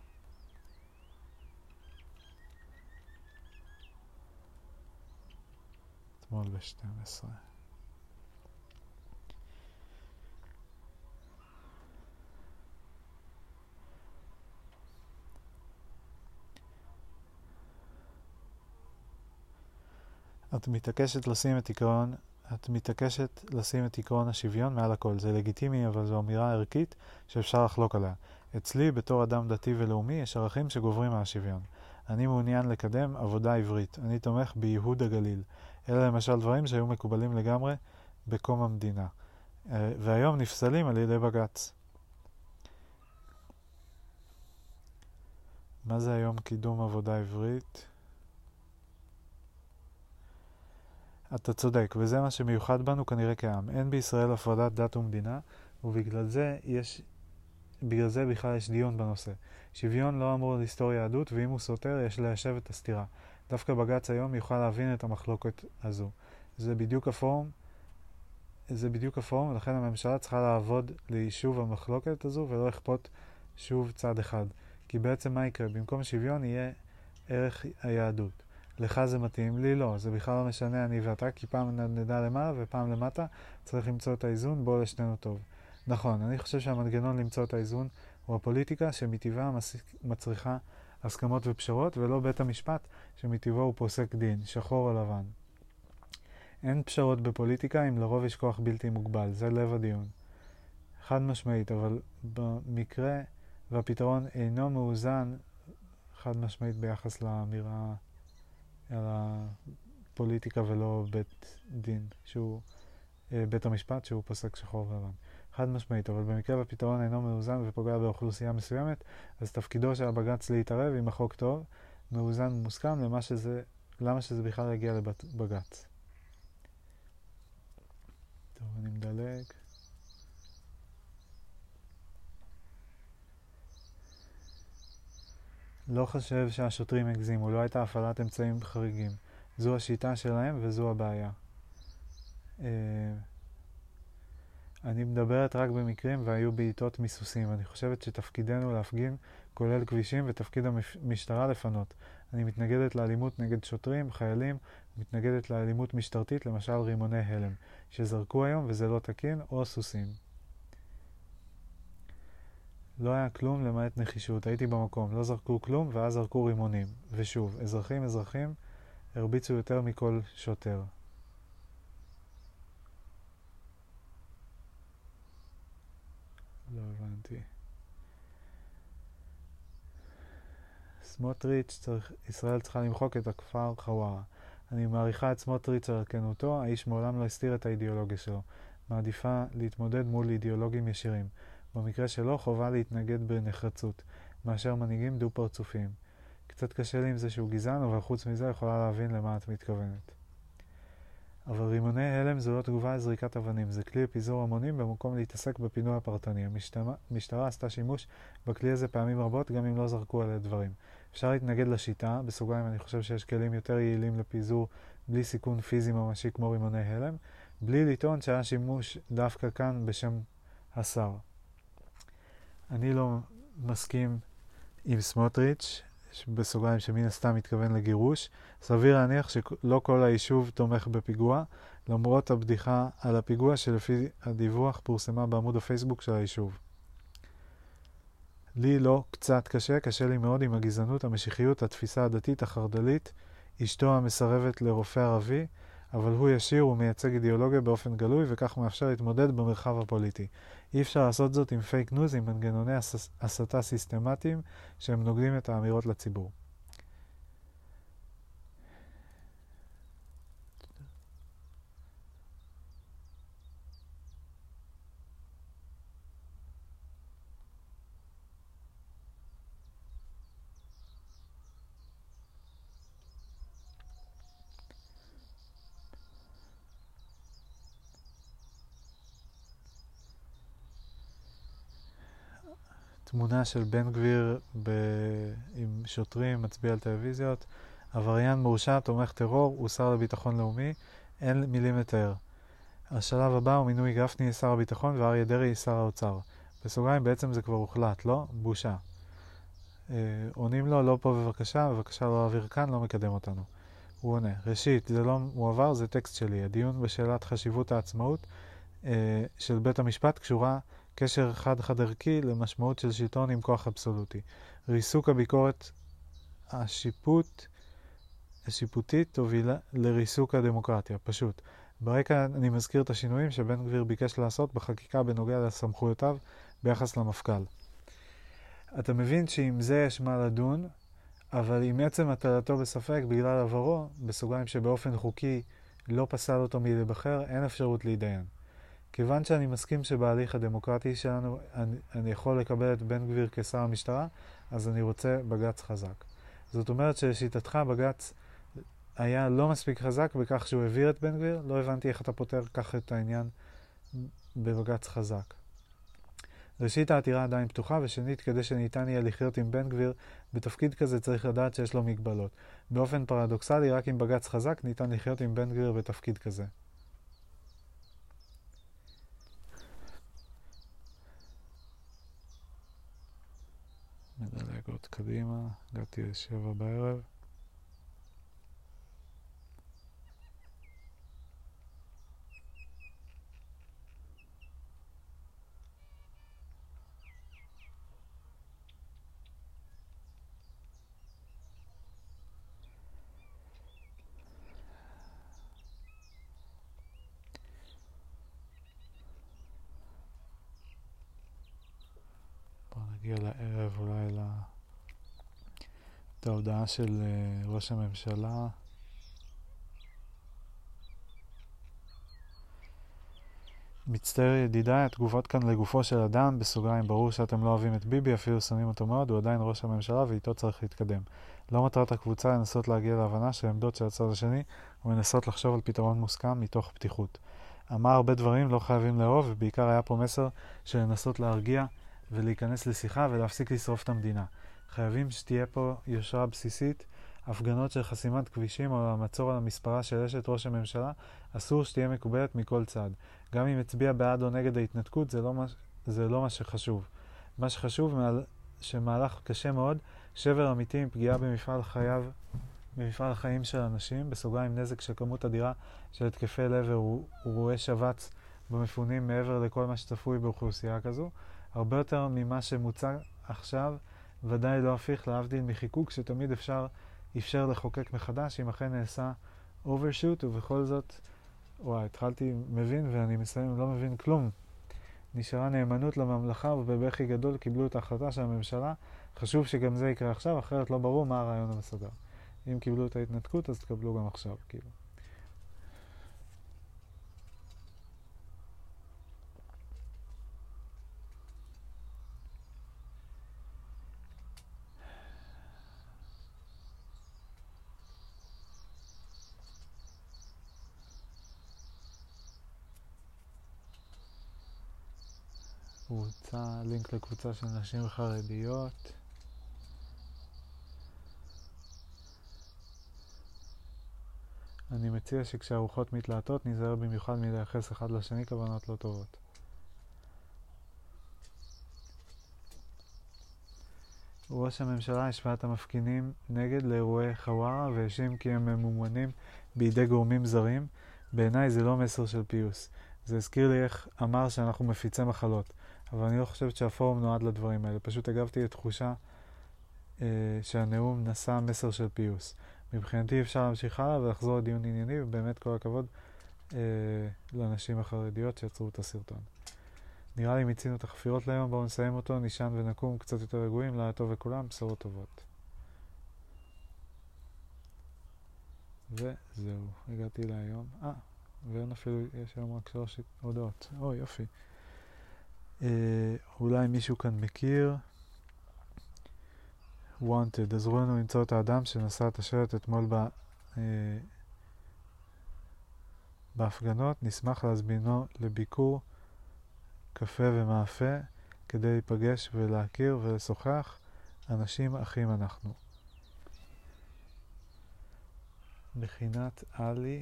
אתמול ב-12. את מתעקשת לשים את עקרון השוויון מעל הכל. זה לגיטימי, אבל זו אמירה ערכית שאפשר לחלוק עליה. אצלי, בתור אדם דתי ולאומי, יש ערכים שגוברים על השוויון. אני מעוניין לקדם עבודה עברית. אני תומך בייהוד הגליל. אלה למשל דברים שהיו מקובלים לגמרי בקום המדינה. והיום נפסלים על ידי בג"ץ. מה זה היום קידום עבודה עברית? אתה צודק, וזה מה שמיוחד בנו כנראה כעם. אין בישראל הפרדת דת ומדינה, ובגלל זה בכלל יש דיון בנושא. שוויון לא אמור לסתור יהדות, ואם הוא סותר יש ליישב את הסתירה. דווקא בג"ץ היום יוכל להבין את המחלוקת הזו. זה בדיוק הפורום, ולכן הממשלה צריכה לעבוד ליישוב המחלוקת הזו, ולא לכפות שוב צד אחד. כי בעצם מה יקרה? במקום שוויון יהיה ערך היהדות. לך זה מתאים, לי לא. זה בכלל לא משנה אני ואתה, כי פעם נדע למעלה ופעם למטה. צריך למצוא את האיזון, בוא לשנינו טוב. נכון, אני חושב שהמנגנון למצוא את האיזון הוא הפוליטיקה שמטבעה מצריכה הסכמות ופשרות, ולא בית המשפט שמטבעו הוא פוסק דין, שחור או לבן. אין פשרות בפוליטיקה אם לרוב יש כוח בלתי מוגבל, זה לב הדיון. חד משמעית, אבל במקרה והפתרון אינו מאוזן חד משמעית ביחס לאמירה על הפוליטיקה ולא בית דין, שהוא בית המשפט שהוא פוסק שחור ולבן. חד משמעית, אבל במקרה והפתרון אינו מאוזן ופוגע באוכלוסייה מסוימת, אז תפקידו של הבג"ץ להתערב אם החוק טוב, מאוזן ומוסכם למה שזה בכלל יגיע לבג"ץ. טוב, אני מדלג. לא חושב שהשוטרים הגזימו, לא הייתה הפעלת אמצעים חריגים. זו השיטה שלהם וזו הבעיה. אני מדברת רק במקרים והיו בעיתות מיסוסים. אני חושבת שתפקידנו להפגין כולל כבישים ותפקיד המשטרה לפנות. אני מתנגדת לאלימות נגד שוטרים, חיילים, מתנגדת לאלימות משטרתית, למשל רימוני הלם, שזרקו היום וזה לא תקין, או סוסים. לא היה כלום למעט נחישות, הייתי במקום, לא זרקו כלום ואז זרקו רימונים. ושוב, אזרחים הרביצו יותר מכל שוטר. לא הבנתי. סמוטריץ' ישראל צריכה למחוק את הכפר חווארה. אני מעריכה את סמוטריץ' על כנותו, האיש מעולם לא הסתיר את האידיאולוגיה שלו. מעדיפה להתמודד מול אידיאולוגים ישירים. במקרה שלו חובה להתנגד בנחרצות, מאשר מנהיגים דו-פרצופיים. קצת קשה לי עם זה שהוא גזען, אבל חוץ מזה יכולה להבין למה את מתכוונת. אבל רימוני הלם זו לא תגובה על זריקת אבנים, זה כלי לפיזור המונים במקום להתעסק בפינוי הפרטני. המשטרה עשתה שימוש בכלי הזה פעמים רבות, גם אם לא זרקו עליה דברים. אפשר להתנגד לשיטה, בסוגריים אני חושב שיש כלים יותר יעילים לפיזור בלי סיכון פיזי ממשי כמו רימוני הלם, בלי לטעון שהיה שימוש דווקא כאן בשם השר. אני לא מסכים עם סמוטריץ', בסוגריים שמן הסתם מתכוון לגירוש. סביר להניח שלא כל היישוב תומך בפיגוע, למרות הבדיחה על הפיגוע שלפי הדיווח פורסמה בעמוד הפייסבוק של היישוב. לי לא קצת קשה לי מאוד עם הגזענות, המשיחיות, התפיסה הדתית, החרדלית, אשתו המסרבת לרופא ערבי, אבל הוא ישיר ומייצג אידיאולוגיה באופן גלוי וכך מאפשר להתמודד במרחב הפוליטי. אי אפשר לעשות זאת עם פייק ניוז, עם מנגנוני הסתה סיסטמטיים שהם נוגדים את האמירות לציבור. תמונה של בן גביר עם שוטרים, מצביע על טלוויזיות, עבריין מורשע, תומך טרור, הוא שר לביטחון לאומי, אין מילים לתאר. השלב הבא הוא מינוי גפני שר הביטחון ואריה דרעי שר האוצר. בסוגריים בעצם זה כבר הוחלט, לא? בושה. עונים לו, לא פה בבקשה לא להעביר כאן, לא מקדם אותנו. הוא עונה, ראשית, זה לא מועבר, זה טקסט שלי. הדיון בשאלת חשיבות העצמאות של בית המשפט קשורה קשר חד ערכי למשמעות של שלטון עם כוח אבסולוטי. ריסוק הביקורת השיפוטית תובילה לריסוק הדמוקרטיה, פשוט. ברקע אני מזכיר את השינויים שבן גביר ביקש לעשות בחקיקה בנוגע לסמכויותיו ביחס למפכ"ל. אתה מבין שעם זה יש מה לדון, אבל עם עצם הטלתו בספק בגלל עברו, בסוגריים שבאופן חוקי לא פסל אותו מלהיבחר, אין אפשרות להידיין. כיוון שאני מסכים שבהליך הדמוקרטי שלנו אני יכול לקבל את בן גביר כשר המשטרה, אז אני רוצה בג"ץ חזק. זאת אומרת שלשיטתך בג"ץ היה לא מספיק חזק בכך שהוא העביר את בן גביר, לא הבנתי איך אתה פותר כך את העניין בבג"ץ חזק. ראשית, העתירה עדיין פתוחה, ושנית, כדי שניתן יהיה לחיות עם בן גביר, בתפקיד כזה צריך לדעת שיש לו מגבלות. באופן פרדוקסלי, רק עם בג"ץ חזק ניתן לחיות עם בן גביר בתפקיד כזה. נדלג עוד קדימה, הגעתי ל7 בערב. נגיע לערב אולי את ההודעה של ראש הממשלה. מצטער ידידיי, התגובות כאן לגופו של אדם, בסוגריים ברור שאתם לא אוהבים את ביבי, אפילו שונאים אותו מאוד, הוא עדיין ראש הממשלה ואיתו צריך להתקדם. לא מטרת הקבוצה לנסות להגיע להבנה של עמדות של הצד השני, ומנסות לחשוב על פתרון מוסכם מתוך פתיחות. אמר הרבה דברים, לא חייבים לאהוב, ובעיקר היה פה מסר של לנסות להרגיע ולהיכנס לשיחה ולהפסיק לשרוף את המדינה. חייבים שתהיה פה יושרה בסיסית, הפגנות של חסימת כבישים או המצור על המספרה של אשת ראש הממשלה, אסור שתהיה מקובלת מכל צד. גם אם הצביע בעד או נגד ההתנתקות, זה לא מה שחשוב. מה שחשוב שמהלך קשה מאוד, שבר אמיתי עם פגיעה במפעל החיים של אנשים, בסוגריים נזק של כמות אדירה של התקפי לב ואירועי שבץ במפונים מעבר לכל מה שצפוי באוכלוסייה כזו, הרבה יותר ממה שמוצע עכשיו, ודאי לא הפיך להבדיל מחיקוק שתמיד אפשר לחוקק מחדש, אם אכן נעשה overshoot, ובכל זאת, התחלתי מבין ואני מסיים לא מבין כלום. נשארה נאמנות לממלכה ובבכי גדול קיבלו את ההחלטה של הממשלה. חשוב שגם זה יקרה עכשיו, אחרת לא ברור מה הרעיון המסדר. אם קיבלו את ההתנתקות, אז תקבלו גם עכשיו, כאילו. לינק לקבוצה של נשים חרדיות. אני מציע שכשהרוחות מתלהטות נזהר במיוחד מלייחס אחד לשני כוונות לא טובות. ראש הממשלה השווה את המפגינים נגד לאירועי חווארה והאשים כי הם ממומנים בידי גורמים זרים. בעיניי זה לא מסר של פיוס. זה הזכיר לי איך אמר שאנחנו מפיצי מחלות. אבל אני לא חושבת שהפורום נועד לדברים האלה. פשוט הגבתי את תחושה שהנאום נשא מסר של פיוס. מבחינתי אפשר להמשיך הלאה ולחזור לדיון ענייני, ובאמת כל הכבוד לנשים החרדיות שיצרו את הסרטון. נראה לי מיצינו את החפירות להיום, בואו נסיים אותו, נשען ונקום קצת יותר רגועים, לילה טוב לכולם, בשורות טובות. וזהו, הגעתי להיום. ואין אפילו, יש היום רק 3 הודעות. יופי. אולי מישהו כאן מכיר. wanted, עזרו לנו למצוא את האדם שנשא את השלט אתמול בהפגנות. נשמח להזמינו לביקור קפה ומאפה כדי להיפגש ולהכיר ולשוחח. אנשים אחים אנחנו. מכינת עלי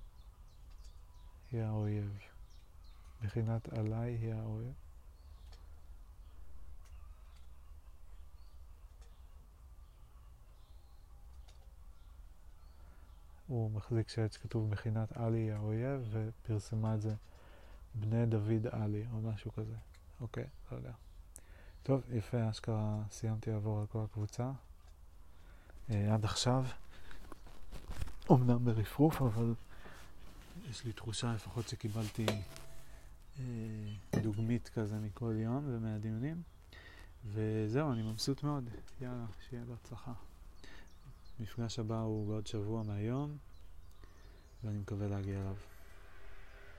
היא האויב. מכינת עלי היא האויב. הוא מחזיק שלט שכתוב מכינת עלי היא האויב, ופרסמה את זה בני דוד עלי או משהו כזה. אוקיי, לא יודע. טוב, יפה, אשכרה סיימתי לעבור על כל הקבוצה. עד עכשיו, אומנם ברפרוף, אבל יש לי תחושה לפחות שקיבלתי דוגמית כזה מכל יום ומהדיונים. וזהו, אני מבסוט מאוד. יאללה, שיהיה בהצלחה. המפגש הבא הוא בעוד שבוע מהיום, ואני מקווה להגיע אליו.